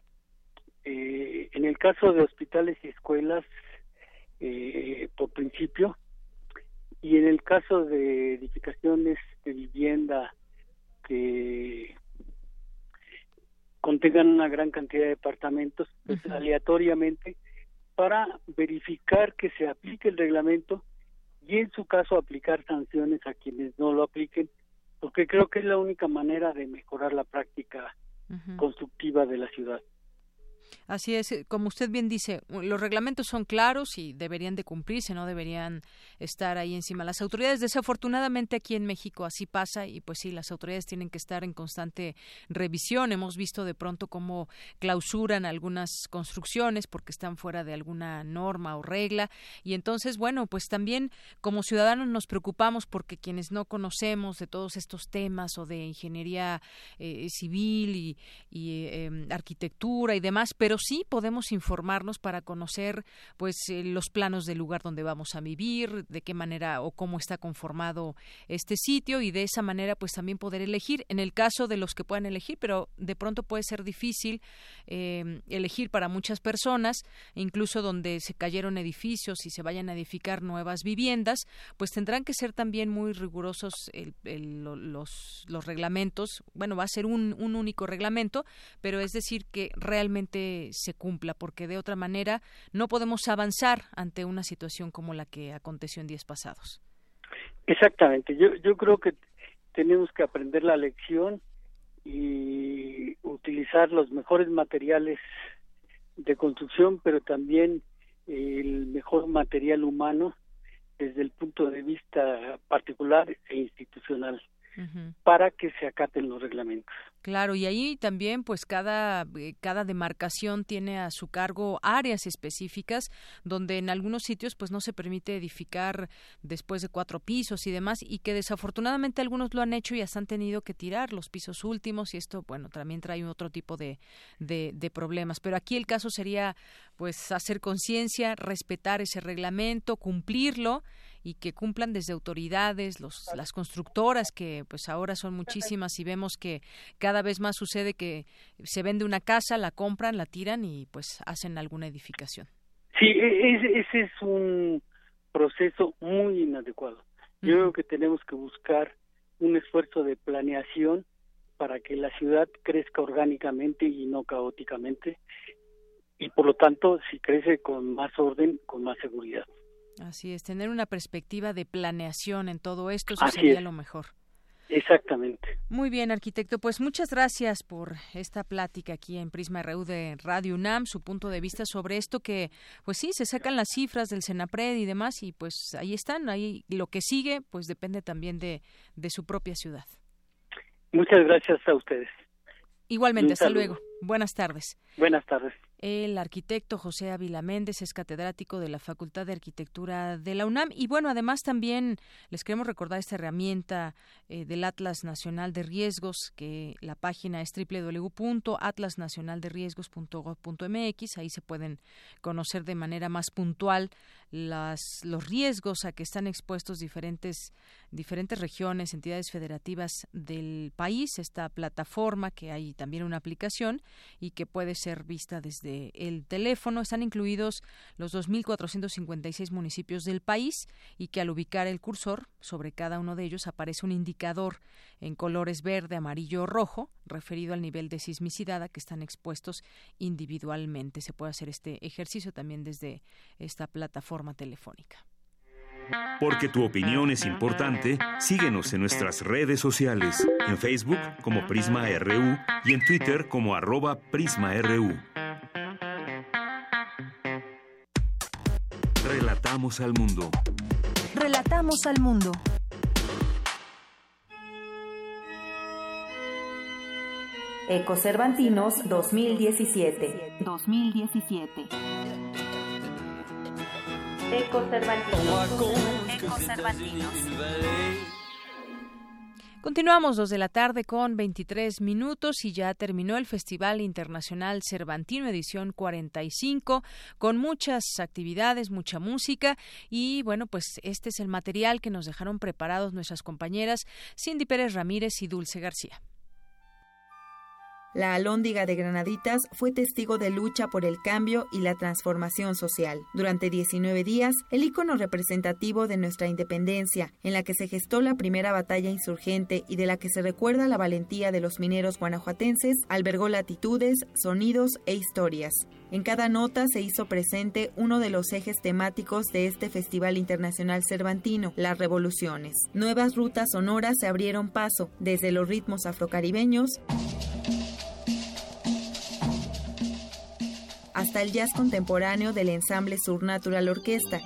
En el caso de hospitales y escuelas, por principio, y en el caso de edificaciones de vivienda que contengan una gran cantidad de departamentos, pues aleatoriamente, para verificar que se aplique el reglamento y en su caso aplicar sanciones a quienes no lo apliquen, porque creo que es la única manera de mejorar la práctica constructiva de la ciudad. Así es, como usted bien dice, los reglamentos son claros y deberían de cumplirse, no deberían estar ahí encima. Las autoridades, desafortunadamente aquí en México así pasa, y pues sí, las autoridades tienen que estar en constante revisión. Hemos visto de pronto cómo clausuran algunas construcciones porque están fuera de alguna norma o regla, y entonces, bueno, pues también como ciudadanos nos preocupamos porque quienes no conocemos de todos estos temas o de ingeniería civil y arquitectura y demás, pero sí podemos informarnos para conocer pues los planos del lugar donde vamos a vivir, de qué manera o cómo está conformado este sitio, y de esa manera pues también poder elegir, en el caso de los que puedan elegir, pero de pronto puede ser difícil elegir para muchas personas, incluso donde se cayeron edificios y se vayan a edificar nuevas viviendas, pues tendrán que ser también muy rigurosos los reglamentos. Bueno, va a ser un único reglamento, pero es decir que realmente se cumpla, porque de otra manera no podemos avanzar ante una situación como la que aconteció en días pasados. Exactamente, yo creo que tenemos que aprender la lección y utilizar los mejores materiales de construcción, pero también el mejor material humano desde el punto de vista particular e institucional, para que se acaten los reglamentos. Claro, y ahí también pues cada demarcación tiene a su cargo áreas específicas donde en algunos sitios pues no se permite edificar después de 4 pisos y demás, y que desafortunadamente algunos lo han hecho y hasta han tenido que tirar los pisos últimos, y esto bueno también trae otro tipo de problemas. Pero aquí el caso sería pues hacer conciencia, respetar ese reglamento, cumplirlo, y que cumplan desde autoridades, las constructoras, que pues ahora son muchísimas, y vemos que cada vez más sucede que se vende una casa, la compran, la tiran y pues hacen alguna edificación. Sí, ese es un proceso muy inadecuado. Yo creo que tenemos que buscar un esfuerzo de planeación para que la ciudad crezca orgánicamente y no caóticamente, y por lo tanto, si crece con más orden, con más seguridad. Así es, tener una perspectiva de planeación en todo esto, eso sería lo mejor. Exactamente. Muy bien, arquitecto, pues muchas gracias por esta plática aquí en Prisma RU de Radio UNAM, su punto de vista sobre esto que, pues sí, se sacan las cifras del Senapred y demás, y pues ahí están, ahí lo que sigue, pues depende también de su propia ciudad. Muchas gracias a ustedes. Igualmente, hasta luego. Buenas tardes. Buenas tardes. El arquitecto José Ávila Méndez es catedrático de la Facultad de Arquitectura de la UNAM. Y bueno, además también les queremos recordar esta herramienta del Atlas Nacional de Riesgos, que la página es www.atlasnacionalderriesgos.gov.mx. Ahí se pueden conocer de manera más puntual los riesgos a que están expuestos diferentes regiones, entidades federativas del país. Esta plataforma, que hay también una aplicación y que puede ser vista desde el teléfono. Están incluidos los 2.456 municipios del país, y que al ubicar el cursor sobre cada uno de ellos aparece un indicador en colores verde, amarillo o rojo, referido al nivel de sismicidad a que están expuestos individualmente. Se puede hacer este ejercicio también desde esta plataforma telefónica. Porque tu opinión es importante, síguenos en nuestras redes sociales, en Facebook como Prisma RU y en Twitter como @PrismaRU. Relatamos al mundo. Relatamos al mundo. Ecocervantinos 2017. Ecocervantinos. Continuamos 2:00 con 23 minutos y ya terminó el Festival Internacional Cervantino edición 45, con muchas actividades, mucha música, y bueno, pues este es el material que nos dejaron preparados nuestras compañeras Cindy Pérez Ramírez y Dulce García. La Alhóndiga de Granaditas fue testigo de lucha por el cambio y la transformación social. Durante 19 días, el ícono representativo de nuestra independencia, en la que se gestó la primera batalla insurgente y de la que se recuerda la valentía de los mineros guanajuatenses, albergó latitudes, sonidos e historias. En cada nota se hizo presente uno de los ejes temáticos de este Festival Internacional Cervantino, las revoluciones. Nuevas rutas sonoras se abrieron paso, desde los ritmos afrocaribeños hasta el jazz contemporáneo del ensamble Surnatural Orquesta,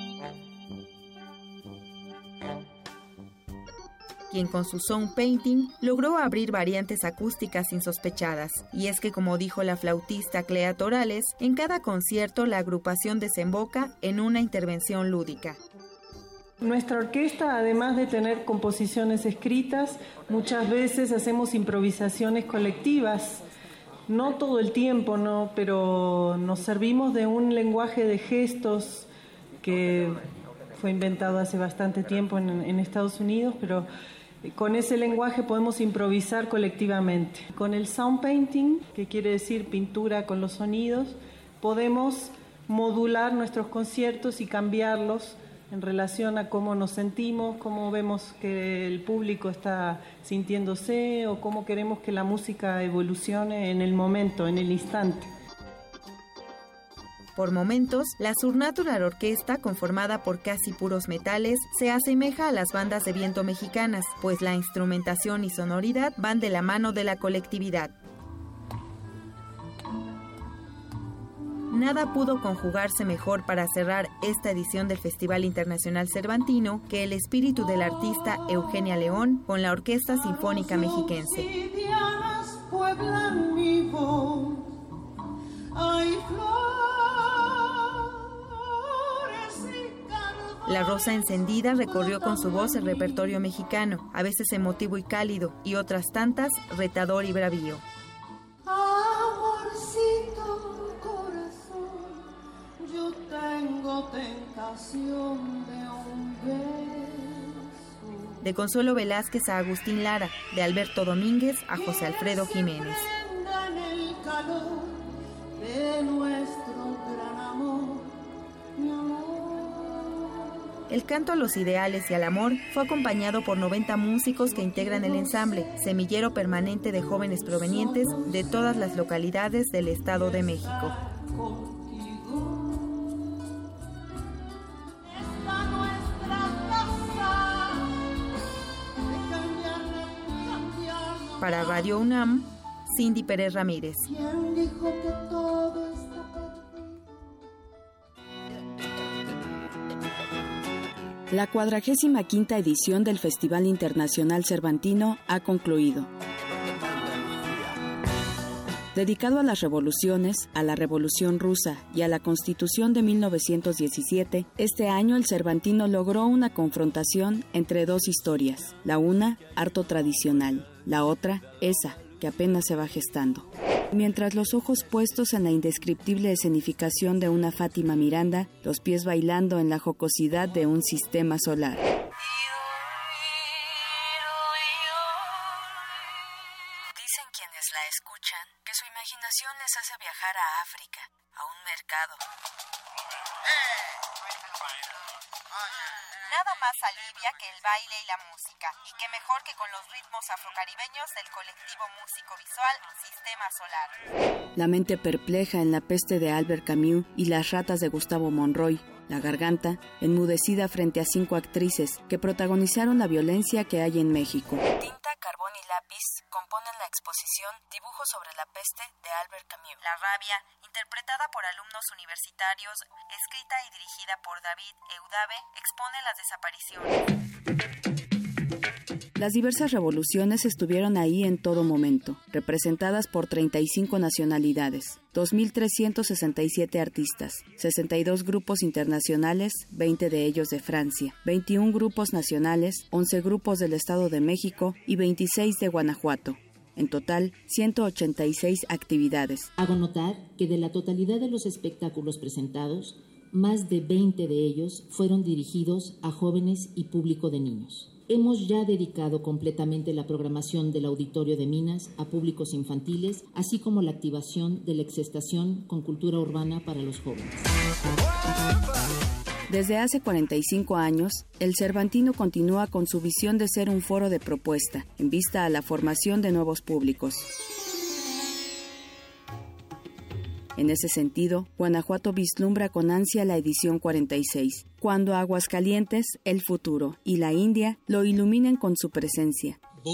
quien con su sound painting logró abrir variantes acústicas insospechadas. Y es que, como dijo la flautista Clea Torales, en cada concierto la agrupación desemboca en una intervención lúdica. Nuestra orquesta, además de tener composiciones escritas, muchas veces hacemos improvisaciones colectivas. No todo el tiempo, no, pero nos servimos de un lenguaje de gestos que fue inventado hace bastante tiempo en Estados Unidos, pero con ese lenguaje podemos improvisar colectivamente. Con el sound painting, que quiere decir pintura con los sonidos, podemos modular nuestros conciertos y cambiarlos en relación a cómo nos sentimos, cómo vemos que el público está sintiéndose o cómo queremos que la música evolucione en el momento, en el instante. Por momentos, la Surnatural Orquesta, conformada por casi puros metales, se asemeja a las bandas de viento mexicanas, pues la instrumentación y sonoridad van de la mano de la colectividad. Nada pudo conjugarse mejor para cerrar esta edición del Festival Internacional Cervantino que el espíritu del artista Eugenia León con la Orquesta Sinfónica Mexiquense. La Rosa Encendida recorrió con su voz el repertorio mexicano, a veces emotivo y cálido, y otras tantas retador y bravío. Amorcito corazón, yo tengo tentación de un beso. De Consuelo Velázquez a Agustín Lara, de Alberto Domínguez a José Alfredo Jiménez. En el calor de nuestro gran amor, mi amor. El canto a los ideales y al amor fue acompañado por 90 músicos que integran el ensamble, semillero permanente de jóvenes provenientes de todas las localidades del Estado de México. Para Radio UNAM, Cindy Pérez Ramírez. ¿Quién dijo que todo está La 45ª edición del Festival Internacional Cervantino ha concluido. Dedicado a las revoluciones, a la Revolución Rusa y a la Constitución de 1917, este año el Cervantino logró una confrontación entre dos historias, la una, harto tradicional, la otra, esa, que apenas se va gestando. Mientras los ojos puestos en la indescriptible escenificación de una Fátima Miranda, los pies bailando en la jocosidad de un sistema solar. Dicen quienes la escuchan que su imaginación les hace viajar a África, a un mercado. Nada más alivia que el baile y la música, y qué mejor que con los ritmos afrocaribeños del colectivo músico visual Sistema Solar. La mente perpleja en La peste de Albert Camus y Las ratas de Gustavo Monroy, la garganta enmudecida frente a 5 actrices que protagonizaron la violencia que hay en México. Tinta, carbón y lápiz componen la exposición Dibujos sobre la peste de Albert Camus. La rabia, interpretada por alumnos universitarios, escrita y dirigida por David Eudave, expone las desapariciones. Las diversas revoluciones estuvieron ahí en todo momento, representadas por 35 nacionalidades, 2.367 artistas, 62 grupos internacionales, 20 de ellos de Francia, 21 grupos nacionales, 11 grupos del Estado de México y 26 de Guanajuato. En total, 186 actividades. Hago notar que de la totalidad de los espectáculos presentados, más de 20 de ellos fueron dirigidos a jóvenes y público de niños. Hemos ya dedicado completamente la programación del Auditorio de Minas a públicos infantiles, así como la activación de la exestación con cultura urbana para los jóvenes. Desde hace 45 años, el Cervantino continúa con su visión de ser un foro de propuesta, en vista a la formación de nuevos públicos. En ese sentido, Guanajuato vislumbra con ansia la edición 46, cuando Aguascalientes, el futuro, y la India lo iluminen con su presencia.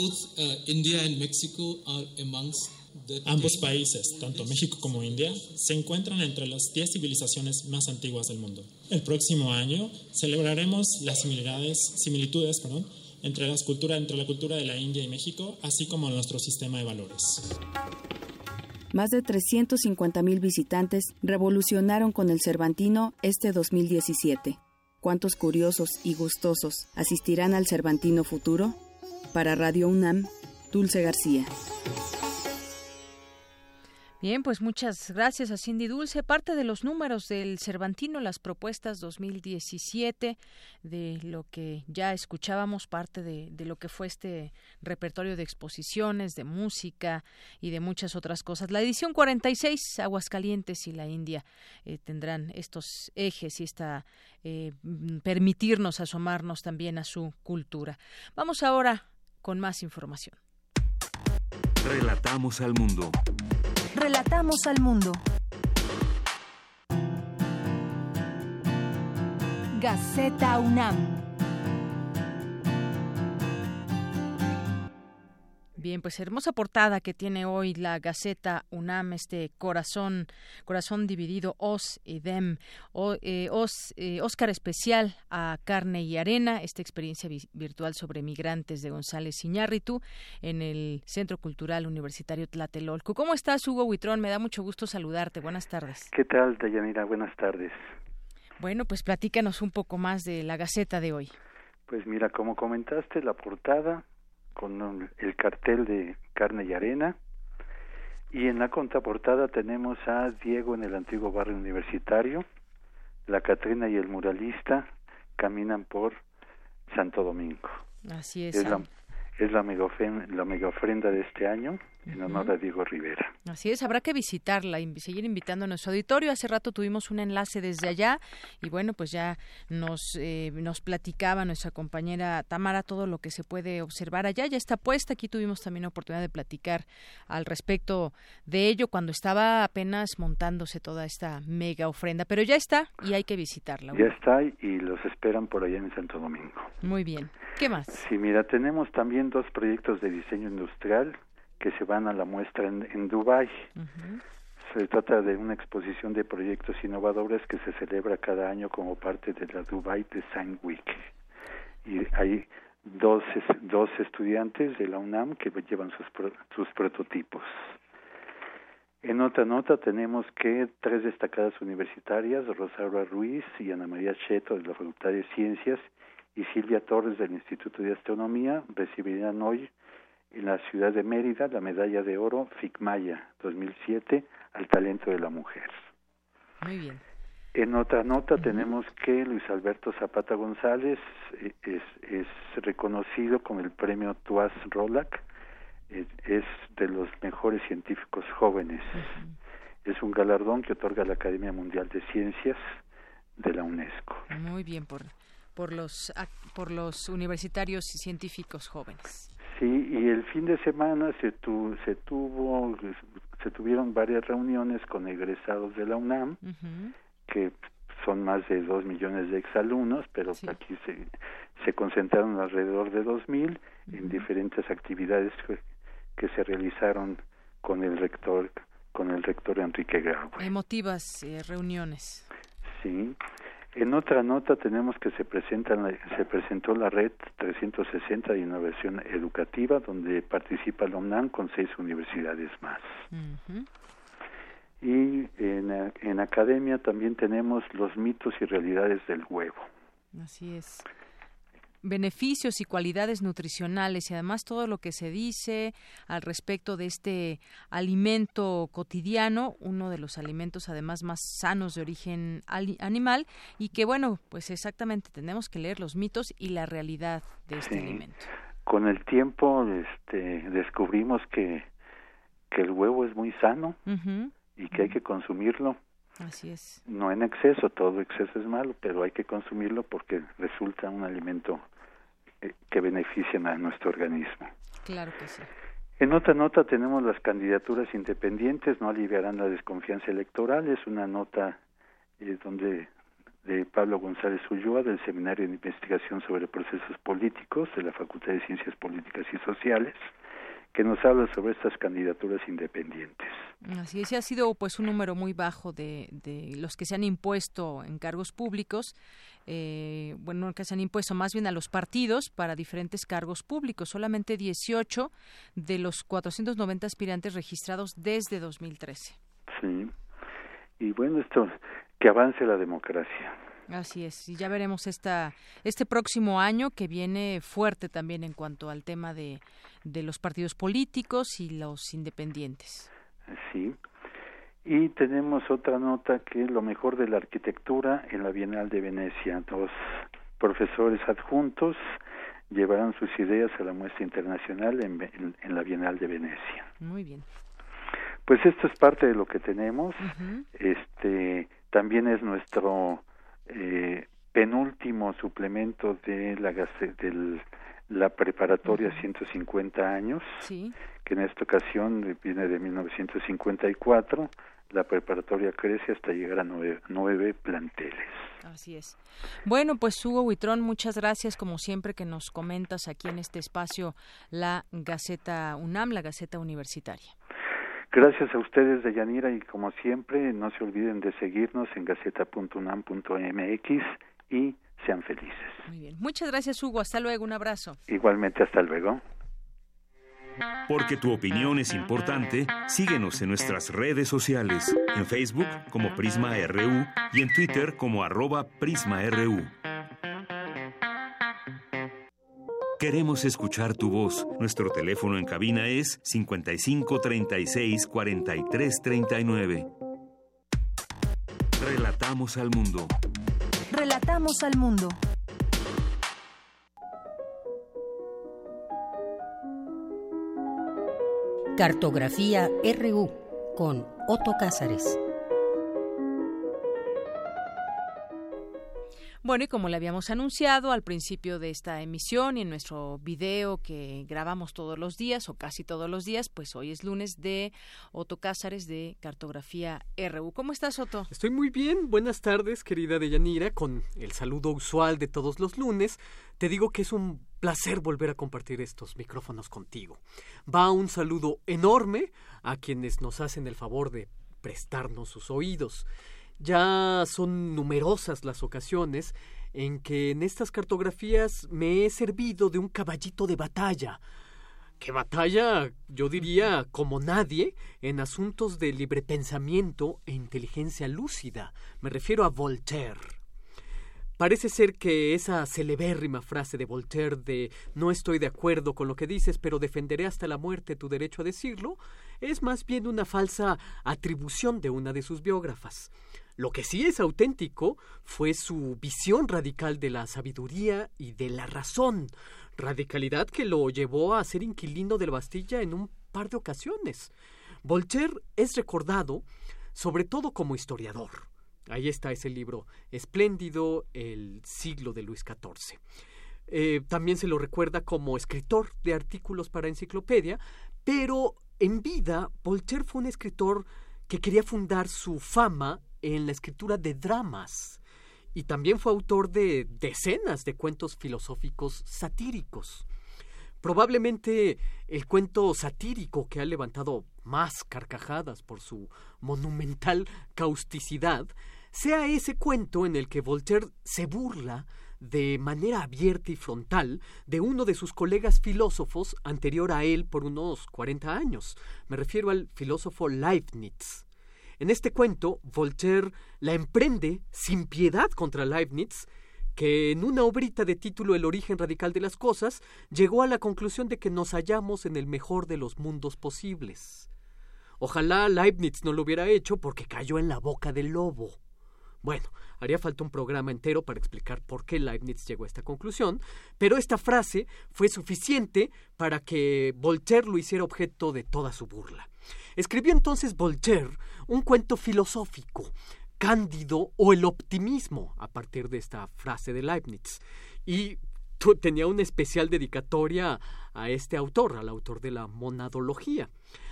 Ambos países, tanto México como India, se encuentran entre las 10 civilizaciones más antiguas del mundo. El próximo año celebraremos las similitudes entre la cultura de la India y México, así como nuestro sistema de valores. Más de 350,000 visitantes revolucionaron con el Cervantino este 2017. ¿Cuántos curiosos y gustosos asistirán al Cervantino futuro? Para Radio UNAM, Dulce García. Bien, pues muchas gracias a Cindy Dulce. Parte de los números del Cervantino, las propuestas 2017, de lo que ya escuchábamos, parte de lo que fue este repertorio de exposiciones, de música y de muchas otras cosas. La edición 46, Aguascalientes y la India tendrán estos ejes y permitirnos asomarnos también a su cultura. Vamos ahora con más información. Relatamos al mundo. Relatamos al mundo. Gaceta UNAM. Bien, pues hermosa portada que tiene hoy la Gaceta UNAM, este corazón dividido, Os y Dem, Óscar especial a Carne y Arena, esta experiencia virtual sobre migrantes de González Iñárritu en el Centro Cultural Universitario Tlatelolco. ¿Cómo estás, Hugo Huitrón? Me da mucho gusto saludarte. Buenas tardes. ¿Qué tal, Dayanira? Buenas tardes. Bueno, pues platícanos un poco más de la Gaceta de hoy. Pues mira, como comentaste, la portada con el cartel de Carne y Arena, y en la contraportada tenemos a Diego en el antiguo barrio universitario, la Catrina y el muralista caminan por Santo Domingo. Así es. Es la mega ofrenda de este año en honor a Diego Rivera. Así es, habrá que visitarla y seguir invitando a nuestro auditorio. Hace rato tuvimos un enlace desde allá y bueno, pues ya nos platicaba nuestra compañera Tamara todo lo que se puede observar allá. Ya está puesta, aquí tuvimos también la oportunidad de platicar al respecto de ello cuando estaba apenas montándose toda esta mega ofrenda, pero ya está y hay que visitarla. Ya está y los esperan por allá en Santo Domingo. Muy bien, ¿qué más? Sí, mira, tenemos también 2 proyectos de diseño industrial que se van a la muestra en Dubái. Se trata de una exposición de proyectos innovadores que se celebra cada año como parte de la Dubai Design Week. Y hay dos estudiantes de la UNAM que llevan sus prototipos. En otra nota tenemos que 3 destacadas universitarias, Rosaura Ruiz y Ana María Cheto de la Facultad de Ciencias y Silvia Torres del Instituto de Astronomía, recibirán hoy en la ciudad de Mérida la medalla de oro FICMAYA 2007 al talento de la mujer. Muy bien. En otra nota tenemos que Luis Alberto Zapata González es reconocido con el premio Tuas Rolac, es de los mejores científicos jóvenes. Es un galardón que otorga la Academia Mundial de Ciencias de la UNESCO. Muy bien, por los universitarios y científicos jóvenes. Sí, y el fin de semana se tuvieron varias reuniones con egresados de la UNAM, que son más de 2 millones de exalumnos, pero aquí se concentraron alrededor de 2,000 en diferentes actividades que se realizaron con el rector Enrique Graue. Emotivas reuniones. Sí. En otra nota tenemos que se presentó la Red 360 de Innovación Educativa, donde participa la UNAM con 6 universidades más. Y en academia también tenemos los mitos y realidades del huevo. Así es. Beneficios y cualidades nutricionales y además todo lo que se dice al respecto de este alimento cotidiano, uno de los alimentos además más sanos de origen animal y que bueno, pues exactamente tenemos que leer los mitos y la realidad de este alimento. Con el tiempo descubrimos que el huevo es muy sano y que hay que consumirlo. Así es. No en exceso, todo exceso es malo, pero hay que consumirlo porque resulta un alimento que beneficia a nuestro organismo. Claro que sí. En otra nota tenemos las candidaturas independientes, no aliviarán la desconfianza electoral. Es una nota de Pablo González Ulloa del Seminario de Investigación sobre Procesos Políticos de la Facultad de Ciencias Políticas y Sociales, que nos habla sobre estas candidaturas independientes. Así es, ha sido pues un número muy bajo de los que se han impuesto en cargos públicos, que se han impuesto más bien a los partidos para diferentes cargos públicos, solamente 18 de los 490 aspirantes registrados desde 2013. Sí, y bueno, que avance la democracia. Así es, y ya veremos este próximo año que viene fuerte también en cuanto al tema de los partidos políticos y los independientes. Sí, y tenemos otra nota que lo mejor de la arquitectura en la Bienal de Venecia. 2 profesores adjuntos llevarán sus ideas a la muestra internacional en la Bienal de Venecia. Muy bien. Pues esto es parte de lo que tenemos. También es nuestro penúltimo suplemento de la preparatoria 150 años, que en esta ocasión viene de 1954. La preparatoria crece hasta llegar a 9 planteles. Así es. Bueno, pues Hugo Huitrón, muchas gracias como siempre que nos comentas aquí en este espacio la Gaceta UNAM, la Gaceta Universitaria. Gracias a ustedes, Deyanira, y como siempre, no se olviden de seguirnos en gaceta.unam.mx y sean felices. Muy bien. Muchas gracias, Hugo. Hasta luego. Un abrazo. Igualmente, hasta luego. Porque tu opinión es importante, síguenos en nuestras redes sociales, en Facebook como Prisma RU y en Twitter como @PrismaRU. Queremos escuchar tu voz. Nuestro teléfono en cabina es 55 36 43 39. Relatamos al mundo. Relatamos al mundo. Cartografía RU con Otto Cázares. Bueno, y como le habíamos anunciado al principio de esta emisión y en nuestro video que grabamos todos los días o casi todos los días, pues hoy es lunes de Otto Cázares de Cartografía RU. ¿Cómo estás, Otto? Estoy muy bien. Buenas tardes, querida Deyanira, con el saludo usual de todos los lunes. Te digo que es un placer volver a compartir estos micrófonos contigo. Va un saludo enorme a quienes nos hacen el favor de prestarnos sus oídos. Ya son numerosas las ocasiones en que en estas cartografías me he servido de un caballito de batalla. que batalla, yo diría, como nadie, en asuntos de libre pensamiento e inteligencia lúcida. Me refiero a Voltaire. Parece ser que esa celebérrima frase de Voltaire de «no estoy de acuerdo con lo que dices, pero defenderé hasta la muerte tu derecho a decirlo», es más bien una falsa atribución de una de sus biógrafas. Lo que sí es auténtico fue su visión radical de la sabiduría y de la razón, radicalidad que lo llevó a ser inquilino de la Bastilla en un par de ocasiones. Voltaire es recordado sobre todo como historiador. Ahí está ese libro espléndido, El siglo de Luis XIV. También se lo recuerda como escritor de artículos para enciclopedia, pero en vida Voltaire fue un escritor que quería fundar su fama en la escritura de dramas, y también fue autor de decenas de cuentos filosóficos satíricos. Probablemente el cuento satírico que ha levantado más carcajadas por su monumental causticidad sea ese cuento en el que Voltaire se burla de manera abierta y frontal de uno de sus colegas filósofos anterior a él por unos 40 años. Me refiero al filósofo Leibniz. En este cuento, Voltaire la emprende sin piedad contra Leibniz, que en una obrita de título El origen radical de las cosas, llegó a la conclusión de que nos hallamos en el mejor de los mundos posibles. Ojalá Leibniz no lo hubiera hecho porque cayó en la boca del lobo. Bueno, haría falta un programa entero para explicar por qué Leibniz llegó a esta conclusión, pero esta frase fue suficiente para que Voltaire lo hiciera objeto de toda su burla. Escribió entonces Voltaire un cuento filosófico, Cándido o el optimismo, a partir de esta frase de Leibniz, y tenía una especial dedicatoria a este autor, al autor de la monadología.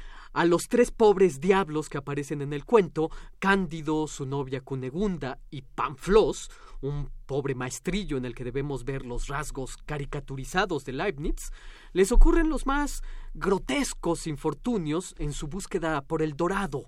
A los tres pobres diablos que aparecen en el cuento, Cándido, su novia Cunegunda y Pánflos, un pobre maestrillo en el que debemos ver los rasgos caricaturizados de Leibniz, les ocurren los más grotescos infortunios en su búsqueda por el dorado,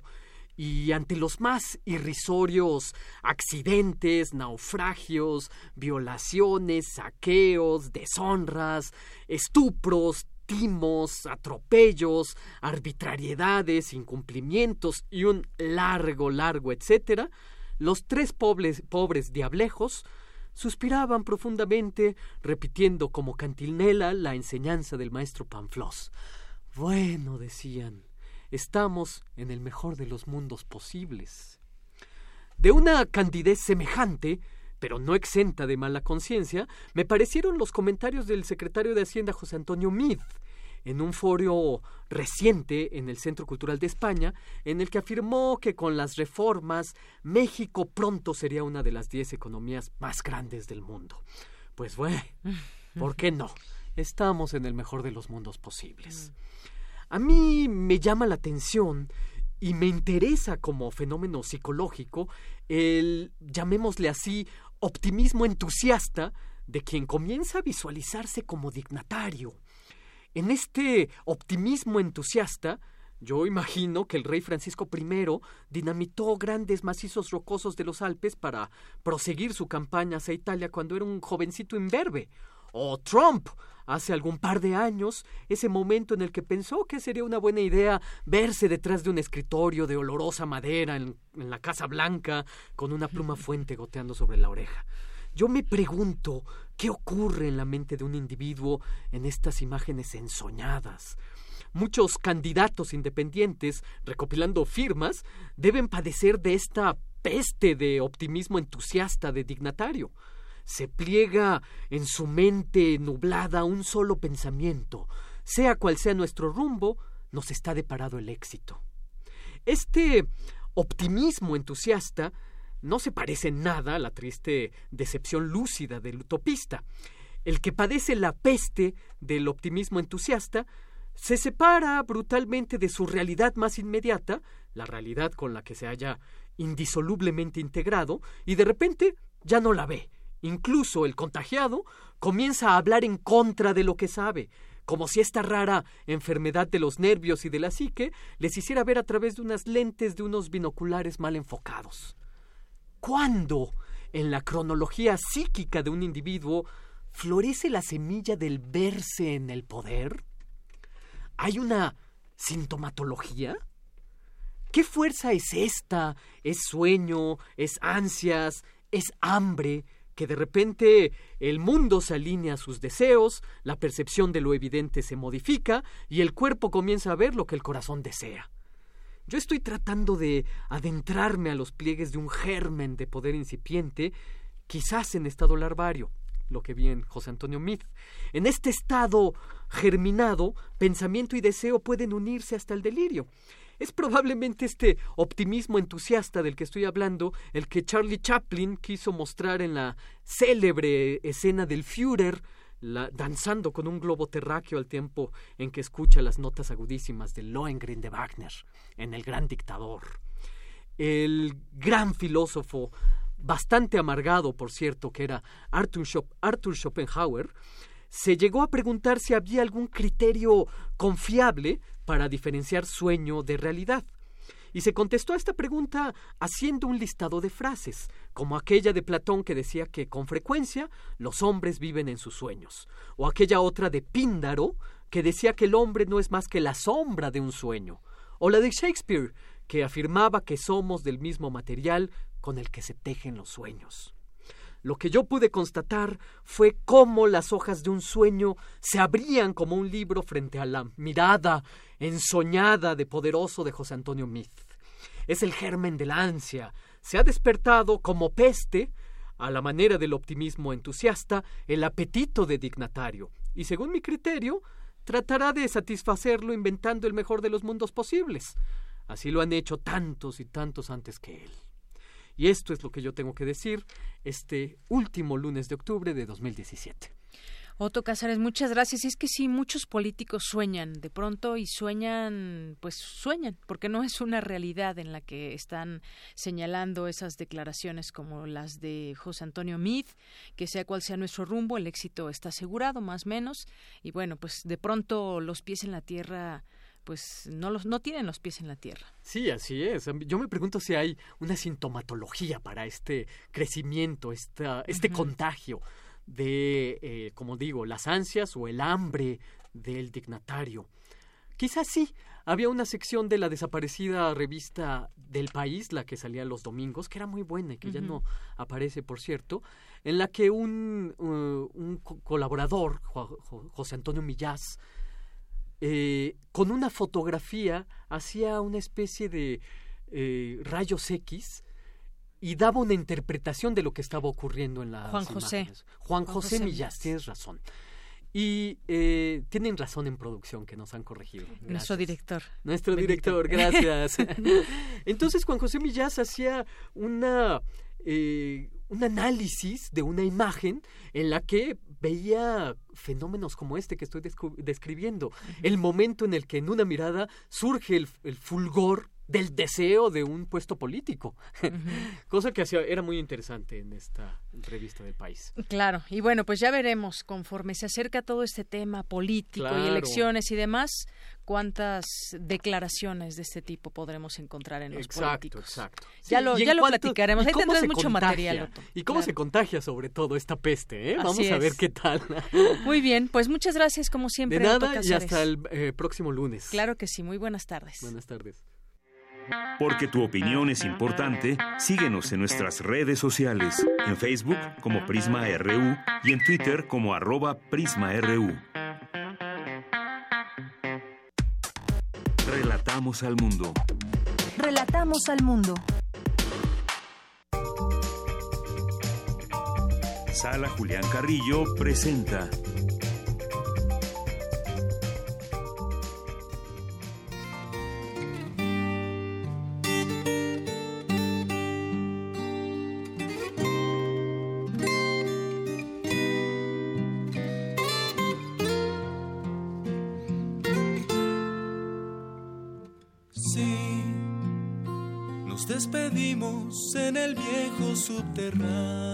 y ante los más irrisorios accidentes, naufragios, violaciones, saqueos, deshonras, estupros, timos, atropellos, arbitrariedades, incumplimientos y un largo etcétera, los tres pobres diablejos suspiraban profundamente, repitiendo como cantinela la enseñanza del maestro Pánflos. Bueno, decían, estamos en el mejor de los mundos posibles. De una candidez semejante, pero no exenta de mala conciencia, me parecieron los comentarios del secretario de Hacienda José Antonio Meade en un foro reciente en el Centro Cultural de España, en el que afirmó que con las reformas México pronto sería una de las 10 economías más grandes del mundo. Pues bueno, ¿por qué no? Estamos en el mejor de los mundos posibles. A mí me llama la atención y me interesa como fenómeno psicológico el, llamémosle así, optimismo entusiasta de quien comienza a visualizarse como dignatario. En este optimismo entusiasta, yo imagino que el rey Francisco I dinamitó grandes macizos rocosos de los Alpes para proseguir su campaña hacia Italia cuando era un jovencito imberbe. O Trump, hace algún par de años, ese momento en el que pensó que sería una buena idea verse detrás de un escritorio de olorosa madera en la Casa Blanca con una pluma fuente goteando sobre la oreja. Yo me pregunto qué ocurre en la mente de un individuo en estas imágenes ensoñadas. Muchos candidatos independientes, recopilando firmas, deben padecer de esta peste de optimismo entusiasta de dignatario. Se pliega en su mente nublada un solo pensamiento. Sea cual sea nuestro rumbo, nos está deparado el éxito. Este optimismo entusiasta no se parece en nada a la triste decepción lúcida del utopista. El que padece la peste del optimismo entusiasta se separa brutalmente de su realidad más inmediata, la realidad con la que se haya indisolublemente integrado, y de repente ya no la ve. Incluso el contagiado comienza a hablar en contra de lo que sabe, como si esta rara enfermedad de los nervios y de la psique les hiciera ver a través de unas lentes de unos binoculares mal enfocados. ¿Cuándo, en la cronología psíquica de un individuo, florece la semilla del verse en el poder? ¿Hay una sintomatología? ¿Qué fuerza es esta? ¿Es sueño? ¿Es ansias? ¿Es hambre? Que de repente el mundo se alinea a sus deseos, la percepción de lo evidente se modifica y el cuerpo comienza a ver lo que el corazón desea. Yo estoy tratando de adentrarme a los pliegues de un germen de poder incipiente, quizás en estado larvario, lo que vi en José Antonio Meade. En este estado germinado, pensamiento y deseo pueden unirse hasta el delirio. Es probablemente este optimismo entusiasta del que estoy hablando el que Charlie Chaplin quiso mostrar en la célebre escena del Führer danzando con un globo terráqueo al tiempo en que escucha las notas agudísimas de Lohengrin de Wagner en El Gran Dictador. El gran filósofo, bastante amargado, por cierto, que era Arthur Schopenhauer, se llegó a preguntar si había algún criterio confiable para diferenciar sueño de realidad. Y se contestó a esta pregunta haciendo un listado de frases, como aquella de Platón que decía que con frecuencia los hombres viven en sus sueños, o aquella otra de Píndaro que decía que el hombre no es más que la sombra de un sueño, o la de Shakespeare que afirmaba que somos del mismo material con el que se tejen los sueños. Lo que yo pude constatar fue cómo las hojas de un sueño se abrían como un libro frente a la mirada ensoñada de poderoso de José Antonio Meade. Es el germen de la ansia. Se ha despertado como peste, a la manera del optimismo entusiasta, el apetito de dignatario. Y según mi criterio, tratará de satisfacerlo inventando el mejor de los mundos posibles. Así lo han hecho tantos y tantos antes que él. Y esto es lo que yo tengo que decir este último lunes de octubre de 2017. Otto Cázares, muchas gracias. Y es que sí, muchos políticos sueñan de pronto y sueñan, porque no es una realidad en la que están señalando esas declaraciones como las de José Antonio Meade, que sea cual sea nuestro rumbo, el éxito está asegurado, más o menos. Y bueno, pues de pronto los pies en la tierra pues no tienen los pies en la tierra. Sí, así es. Yo me pregunto si hay una sintomatología para este crecimiento, este contagio de, como digo, las ansias o el hambre del dignatario. Quizás sí. Había una sección de la desaparecida revista del País, la que salía los domingos, que era muy buena y que ya no aparece, por cierto, en la que un colaborador, José Antonio Millás, con una fotografía hacía una especie de rayos X y daba una interpretación de lo que estaba ocurriendo en las imágenes. Juan José Millás, tienes razón. Y tienen razón en producción, que nos han corregido. Gracias. Nuestro director, gracias. Entonces Juan José Millás hacía un análisis de una imagen en la que veía fenómenos como este que estoy describiendo. El momento en el que en una mirada surge el fulgor del deseo de un puesto político. Cosa que era muy interesante en esta revista del País. Claro, y bueno, pues ya veremos conforme se acerca todo este tema político y elecciones y demás, cuántas declaraciones de este tipo podremos encontrar en los políticos. Exacto. Ya lo platicaremos. Ahí tendrás mucho material, Otto. ¿Y cómo se contagia sobre todo esta peste? Vamos a ver qué tal. Muy bien, pues muchas gracias como siempre. De nada y hasta el próximo lunes. Claro que sí, muy buenas tardes. Buenas tardes. Porque tu opinión es importante, síguenos en nuestras redes sociales, en Facebook como Prisma RU y en Twitter como @PrismaRU. Relatamos al mundo. Relatamos al mundo. Sala Julián Carrillo presenta Despedimos en el viejo subterráneo.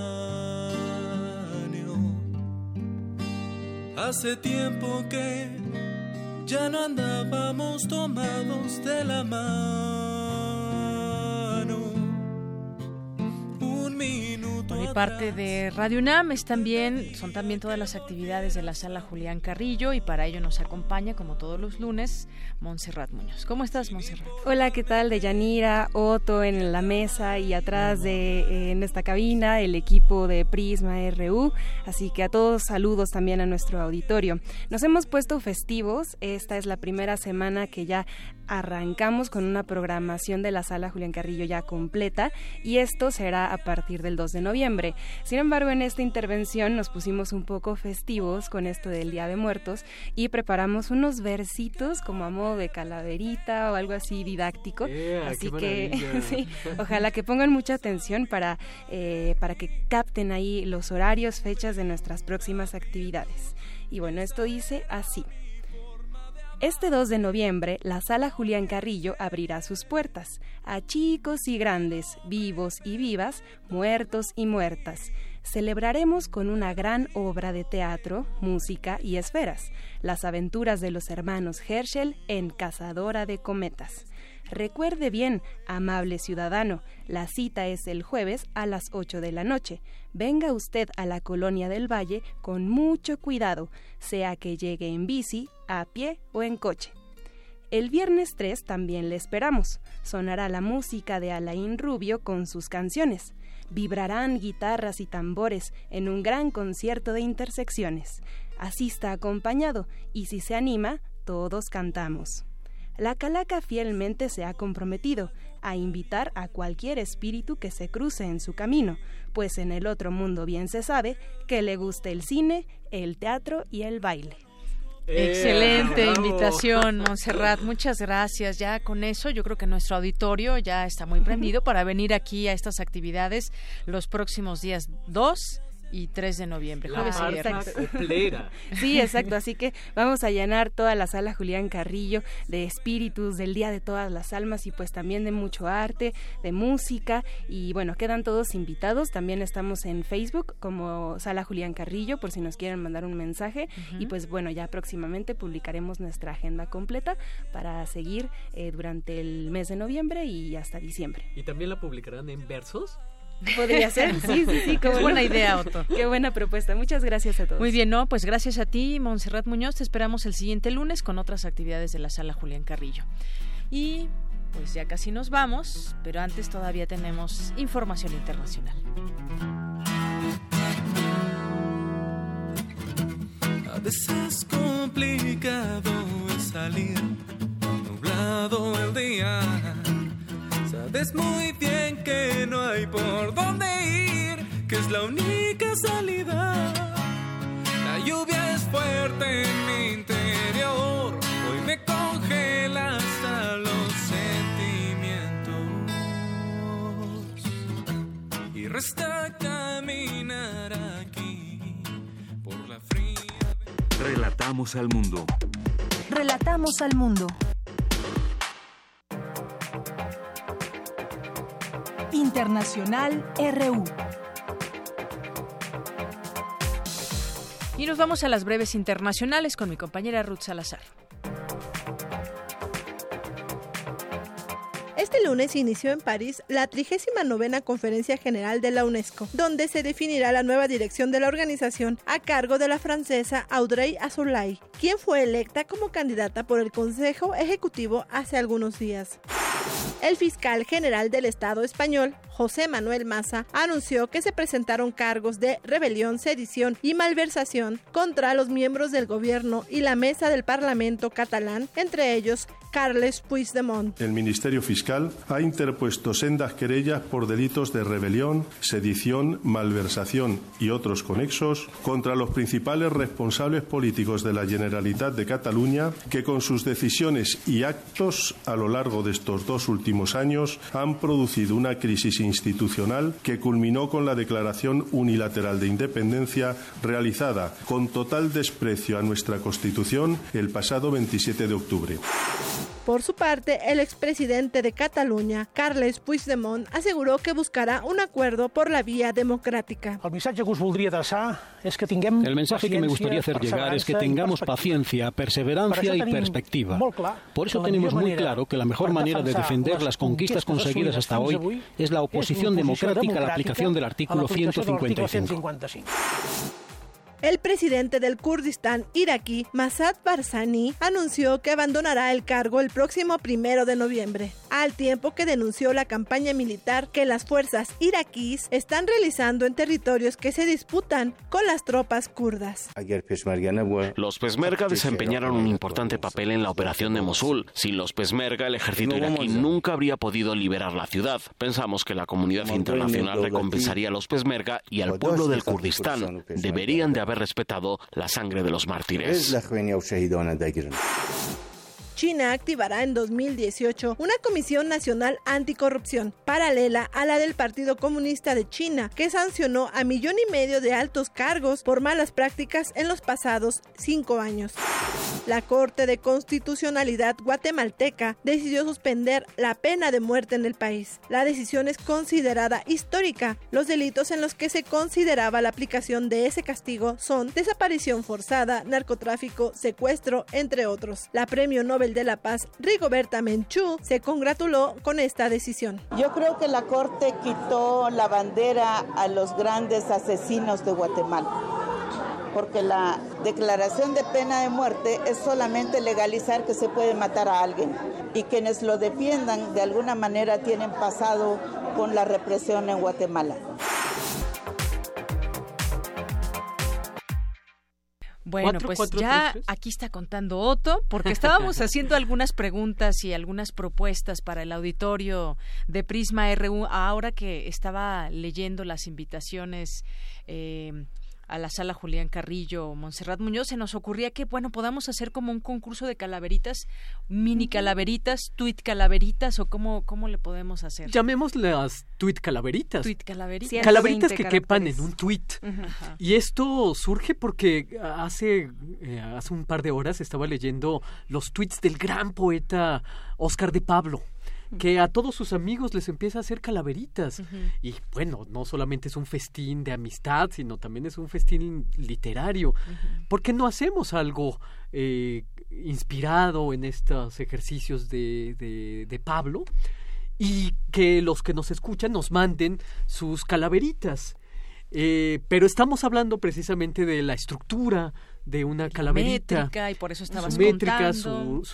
Hace tiempo que ya no andábamos tomados de la mano. Un minuto. parte de Radio UNAM son también todas las actividades de la Sala Julián Carrillo, y para ello nos acompaña, como todos los lunes, Montserrat Muñoz. ¿Cómo estás, Montserrat? Hola, ¿qué tal? Deyanira, Otto en la mesa y atrás en esta cabina el equipo de Prisma RU, así que a todos saludos también a nuestro auditorio. Nos hemos puesto festivos, esta es la primera semana que ya arrancamos con una programación de la Sala Julián Carrillo ya completa, y esto será a partir del 2 de noviembre. Sin embargo, en esta intervención nos pusimos un poco festivos con esto del Día de Muertos y preparamos unos versitos como a modo de calaverita o algo así didáctico. Así que sí, ojalá que pongan mucha atención para que capten ahí los horarios, fechas de nuestras próximas actividades. Y bueno, esto dice así. Este 2 de noviembre, la Sala Julián Carrillo abrirá sus puertas a chicos y grandes, vivos y vivas, muertos y muertas. Celebraremos con una gran obra de teatro, música y esferas, las aventuras de los hermanos Herschel en Cazadora de Cometas. Recuerde bien, amable ciudadano, la cita es el jueves a las 8 de la noche. Venga usted a la Colonia del Valle con mucho cuidado, sea que llegue en bici, a pie o en coche. El viernes 3 también le esperamos. Sonará la música de Alain Rubio con sus canciones. Vibrarán guitarras y tambores en un gran concierto de intersecciones. Asista acompañado y si se anima, todos cantamos. La Calaca fielmente se ha comprometido a invitar a cualquier espíritu que se cruce en su camino, pues en el otro mundo bien se sabe que le gusta el cine, el teatro y el baile. Excelente invitación, Montserrat, muchas gracias. Ya con eso yo creo que nuestro auditorio ya está muy prendido para venir aquí a estas actividades los próximos días 2 y 3 de noviembre, jueves y viernes. Sí, exacto, así que vamos a llenar toda la Sala Julián Carrillo de espíritus, del Día de Todas las Almas, y pues también de mucho arte, de música, y bueno, quedan todos invitados. También estamos en Facebook como Sala Julián Carrillo, por si nos quieren mandar un mensaje, y pues bueno, ya próximamente publicaremos nuestra agenda completa para seguir durante el mes de noviembre y hasta diciembre. ¿Y también la publicarán en versos? Podría ser, sí. Qué buena idea, Otto. Qué buena propuesta. Muchas gracias a todos. Muy bien, pues gracias a ti, Montserrat Muñoz. Te esperamos el siguiente lunes con otras actividades de la Sala Julián Carrillo. Y pues ya casi nos vamos, pero antes todavía tenemos información internacional. A veces complicado es salir, nublado el día. Sabes muy bien que no hay por dónde ir, que es la única salida. La lluvia es fuerte en mi interior, hoy me congela hasta los sentimientos. Y resta caminar aquí por la fría. Relatamos al mundo. Relatamos al mundo. Internacional RU. Y nos vamos a las breves internacionales con mi compañera Ruth Salazar. Este lunes inició en París la 39ª Conferencia General de la UNESCO, donde se definirá la nueva dirección de la organización a cargo de la francesa Audrey Azoulay, quien fue electa como candidata por el Consejo Ejecutivo hace algunos días. El fiscal general del Estado español, José Manuel Maza, anunció que se presentaron cargos de rebelión, sedición y malversación contra los miembros del gobierno y la mesa del Parlamento catalán, entre ellos Carles Puigdemont. El Ministerio Fiscal ha interpuesto sendas querellas por delitos de rebelión, sedición, malversación y otros conexos contra los principales responsables políticos de la Generalitat de Cataluña, que con sus decisiones y actos a lo largo de estos 2 últimos años han producido una crisis institucional que culminó con la declaración unilateral de independencia realizada con total desprecio a nuestra Constitución el pasado 27 de octubre. Por su parte, el expresidente de Cataluña, Carles Puigdemont, aseguró que buscará un acuerdo por la vía democrática. El mensaje que me gustaría hacer llegar es que tengamos paciencia, perseverancia y perspectiva. Por eso tenemos muy claro que la mejor manera de defender las conquistas conseguidas hasta hoy es la oposición democrática a la aplicación del artículo 155. El presidente del Kurdistán iraquí, Massad Barzani, anunció que abandonará el cargo el próximo 1 de noviembre, al tiempo que denunció la campaña militar que las fuerzas iraquíes están realizando en territorios que se disputan con las tropas kurdas. Los peshmerga desempeñaron un importante papel en la operación de Mosul. Sin los peshmerga, el ejército iraquí nunca habría podido liberar la ciudad. Pensamos que la comunidad internacional recompensaría a los peshmerga y al pueblo del Kurdistán. Deberían de haber respetado la sangre de los mártires. China activará en 2018 una Comisión Nacional Anticorrupción, paralela a la del Partido Comunista de China, que sancionó a 1,5 millones de altos cargos por malas prácticas en los pasados 5 años. La Corte de Constitucionalidad guatemalteca decidió suspender la pena de muerte en el país. La decisión es considerada histórica. Los delitos en los que se consideraba la aplicación de ese castigo son desaparición forzada, narcotráfico, secuestro, entre otros. La Premio Nobel de la Paz, Rigoberta Menchú, se congratuló con esta decisión. Yo creo que la Corte quitó la bandera a los grandes asesinos de Guatemala, porque la declaración de pena de muerte es solamente legalizar que se puede matar a alguien, y quienes lo defiendan de alguna manera tienen pasado con la represión en Guatemala. Bueno, pues ya aquí está contando Otto, porque estábamos haciendo algunas preguntas y algunas propuestas para el auditorio de Prisma RU, ahora que estaba leyendo las invitaciones a la Sala Julián Carrillo, Montserrat Muñoz, se nos ocurría que, bueno, podamos hacer como un concurso de calaveritas, mini calaveritas, tweet calaveritas, o cómo le podemos hacer. Llamémoslas tweet calaveritas. Tweet calaveritas. Calaveritas que quepan en un tweet. Y esto surge porque hace un par de horas estaba leyendo los tweets del gran poeta Óscar de Pablo, que a todos sus amigos les empieza a hacer calaveritas. Y bueno, no solamente es un festín de amistad, sino también es un festín literario. ¿Por qué no hacemos algo inspirado en estos ejercicios de Pablo? Y que los que nos escuchan nos manden sus calaveritas. Pero estamos hablando precisamente de la estructura de una calaverita, métrica, y por eso estabas su métrica, contando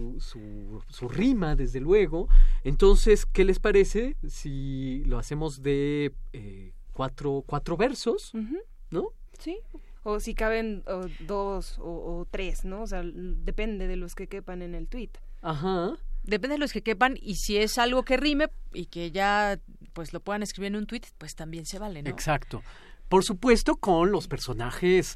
su rima, desde luego. Entonces, ¿qué les parece si lo hacemos de cuatro versos, ¿no? Sí. O si caben 2 o 3, ¿no? O sea, depende de los que quepan en el tweet. Ajá. Depende de los que quepan, y si es algo que rime y que ya pues lo puedan escribir en un tweet, pues también se vale, ¿no? Exacto. Por supuesto, con los personajes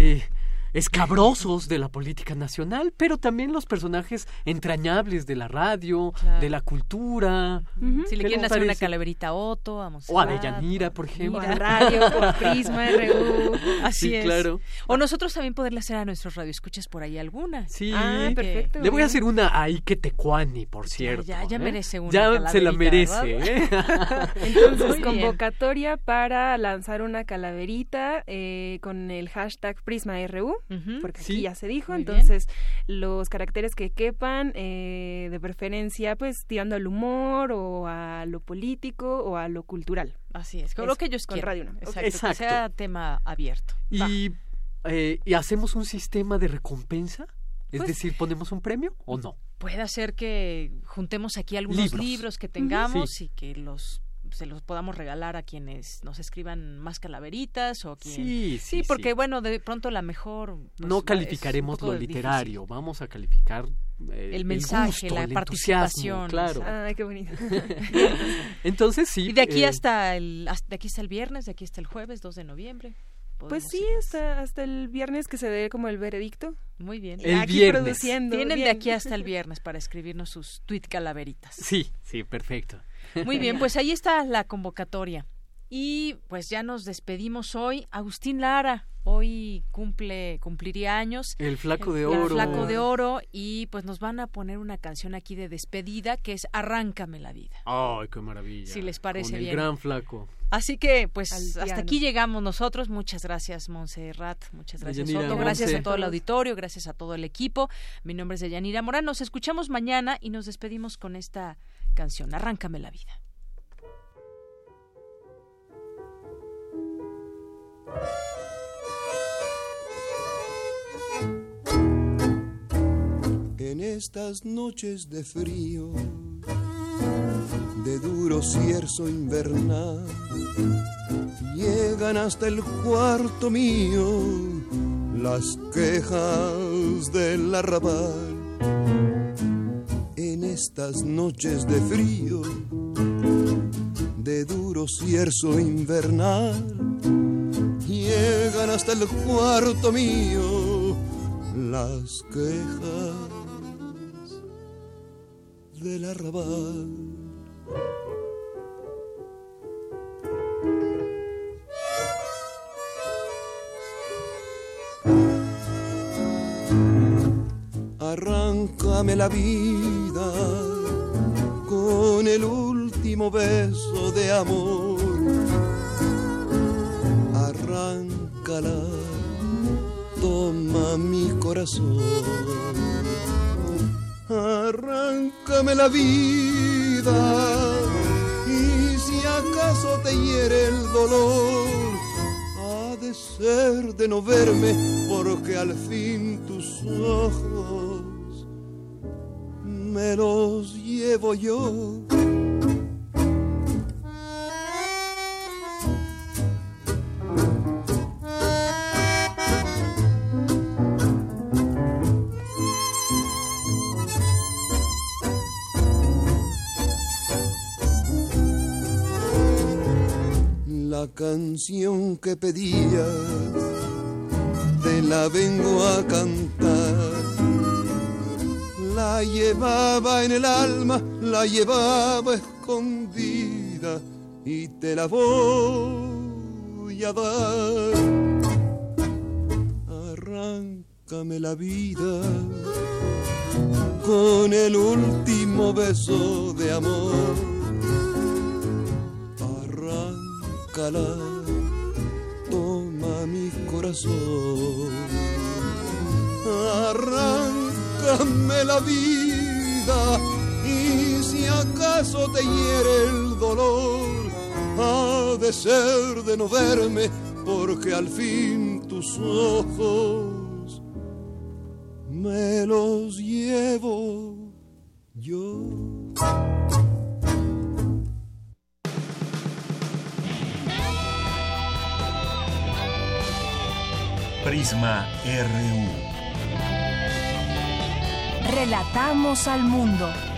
escabrosos de la política nacional, pero también los personajes entrañables de la radio, de la cultura. Si le quieren hacer una calaverita a Otto, vamos. O a Deyanira, por ejemplo. O a radio, o a Prisma RU. Así es. Claro. O nosotros también poderle hacer a nuestros radioescuchas por ahí alguna. Sí, perfecto. Le voy a hacer una a Ike Tecuani, por cierto. Ya merece una. Ya se la merece, Entonces, convocatoria para lanzar una calaverita con el hashtag Prisma RU, porque aquí ya se dijo. Entonces, los caracteres que quepan, de preferencia, pues tirando al humor, o a lo político, o a lo cultural. Así es, con lo que ellos quieran. Radio UNAM. Exacto, que sea tema abierto. Y hacemos un sistema de recompensa, es decir, ¿ponemos un premio o no? Puede ser que juntemos aquí algunos libros que tengamos y que se los podamos regalar a quienes nos escriban más calaveritas, o quien... Sí, porque bueno, de pronto la mejor... Pues, no calificaremos lo literario, difícil. Vamos a calificar el mensaje, el gusto, la participación. Claro. Ay, qué bonito. Entonces sí. Y de aquí hasta el viernes, de aquí hasta el jueves 2 de noviembre. Pues sí, hasta el viernes que se dé como el veredicto. Muy bien. El aquí viernes. Produciendo. Tienen bien. de aquí hasta el viernes para escribirnos sus tweet calaveritas. Sí, perfecto. Muy bien, pues ahí está la convocatoria. Y pues ya nos despedimos hoy. Agustín Lara, hoy cumpliría años. El Flaco de Oro. El Flaco de Oro, y pues nos van a poner una canción aquí de despedida que es Arráncame la vida. ¡Ay, qué maravilla! Si les parece con bien. El gran Flaco. Así que, pues, hasta aquí llegamos nosotros. Muchas gracias, Montserrat. Muchas gracias, Otto. Gracias a todo el auditorio, gracias a todo el equipo. Mi nombre es Deyanira Morán. Nos escuchamos mañana y nos despedimos con esta canción, Arráncame la vida. En estas noches de frío, de duro cierzo invernal, llegan hasta el cuarto mío las quejas del arrabal. En estas noches de frío, de duro cierzo invernal, llegan hasta el cuarto mío las quejas del arrabal. Arráncame la vida con el último beso de amor. Arráncala, toma mi corazón. Arráncame la vida, y si acaso te hiere el dolor, ha de ser de no verme, porque al fin tus ojos me los llevo yo. La canción que pedías te la vengo a cantar. La llevaba en el alma, la llevaba escondida, y te la voy a dar. Arráncame la vida con el último beso de amor. Toma mi corazón. Arráncame la vida, y si acaso te hiere el dolor, ha de ser de no verme, porque al fin tus ojos me los llevo yo. Prisma RU. Relatamos al mundo.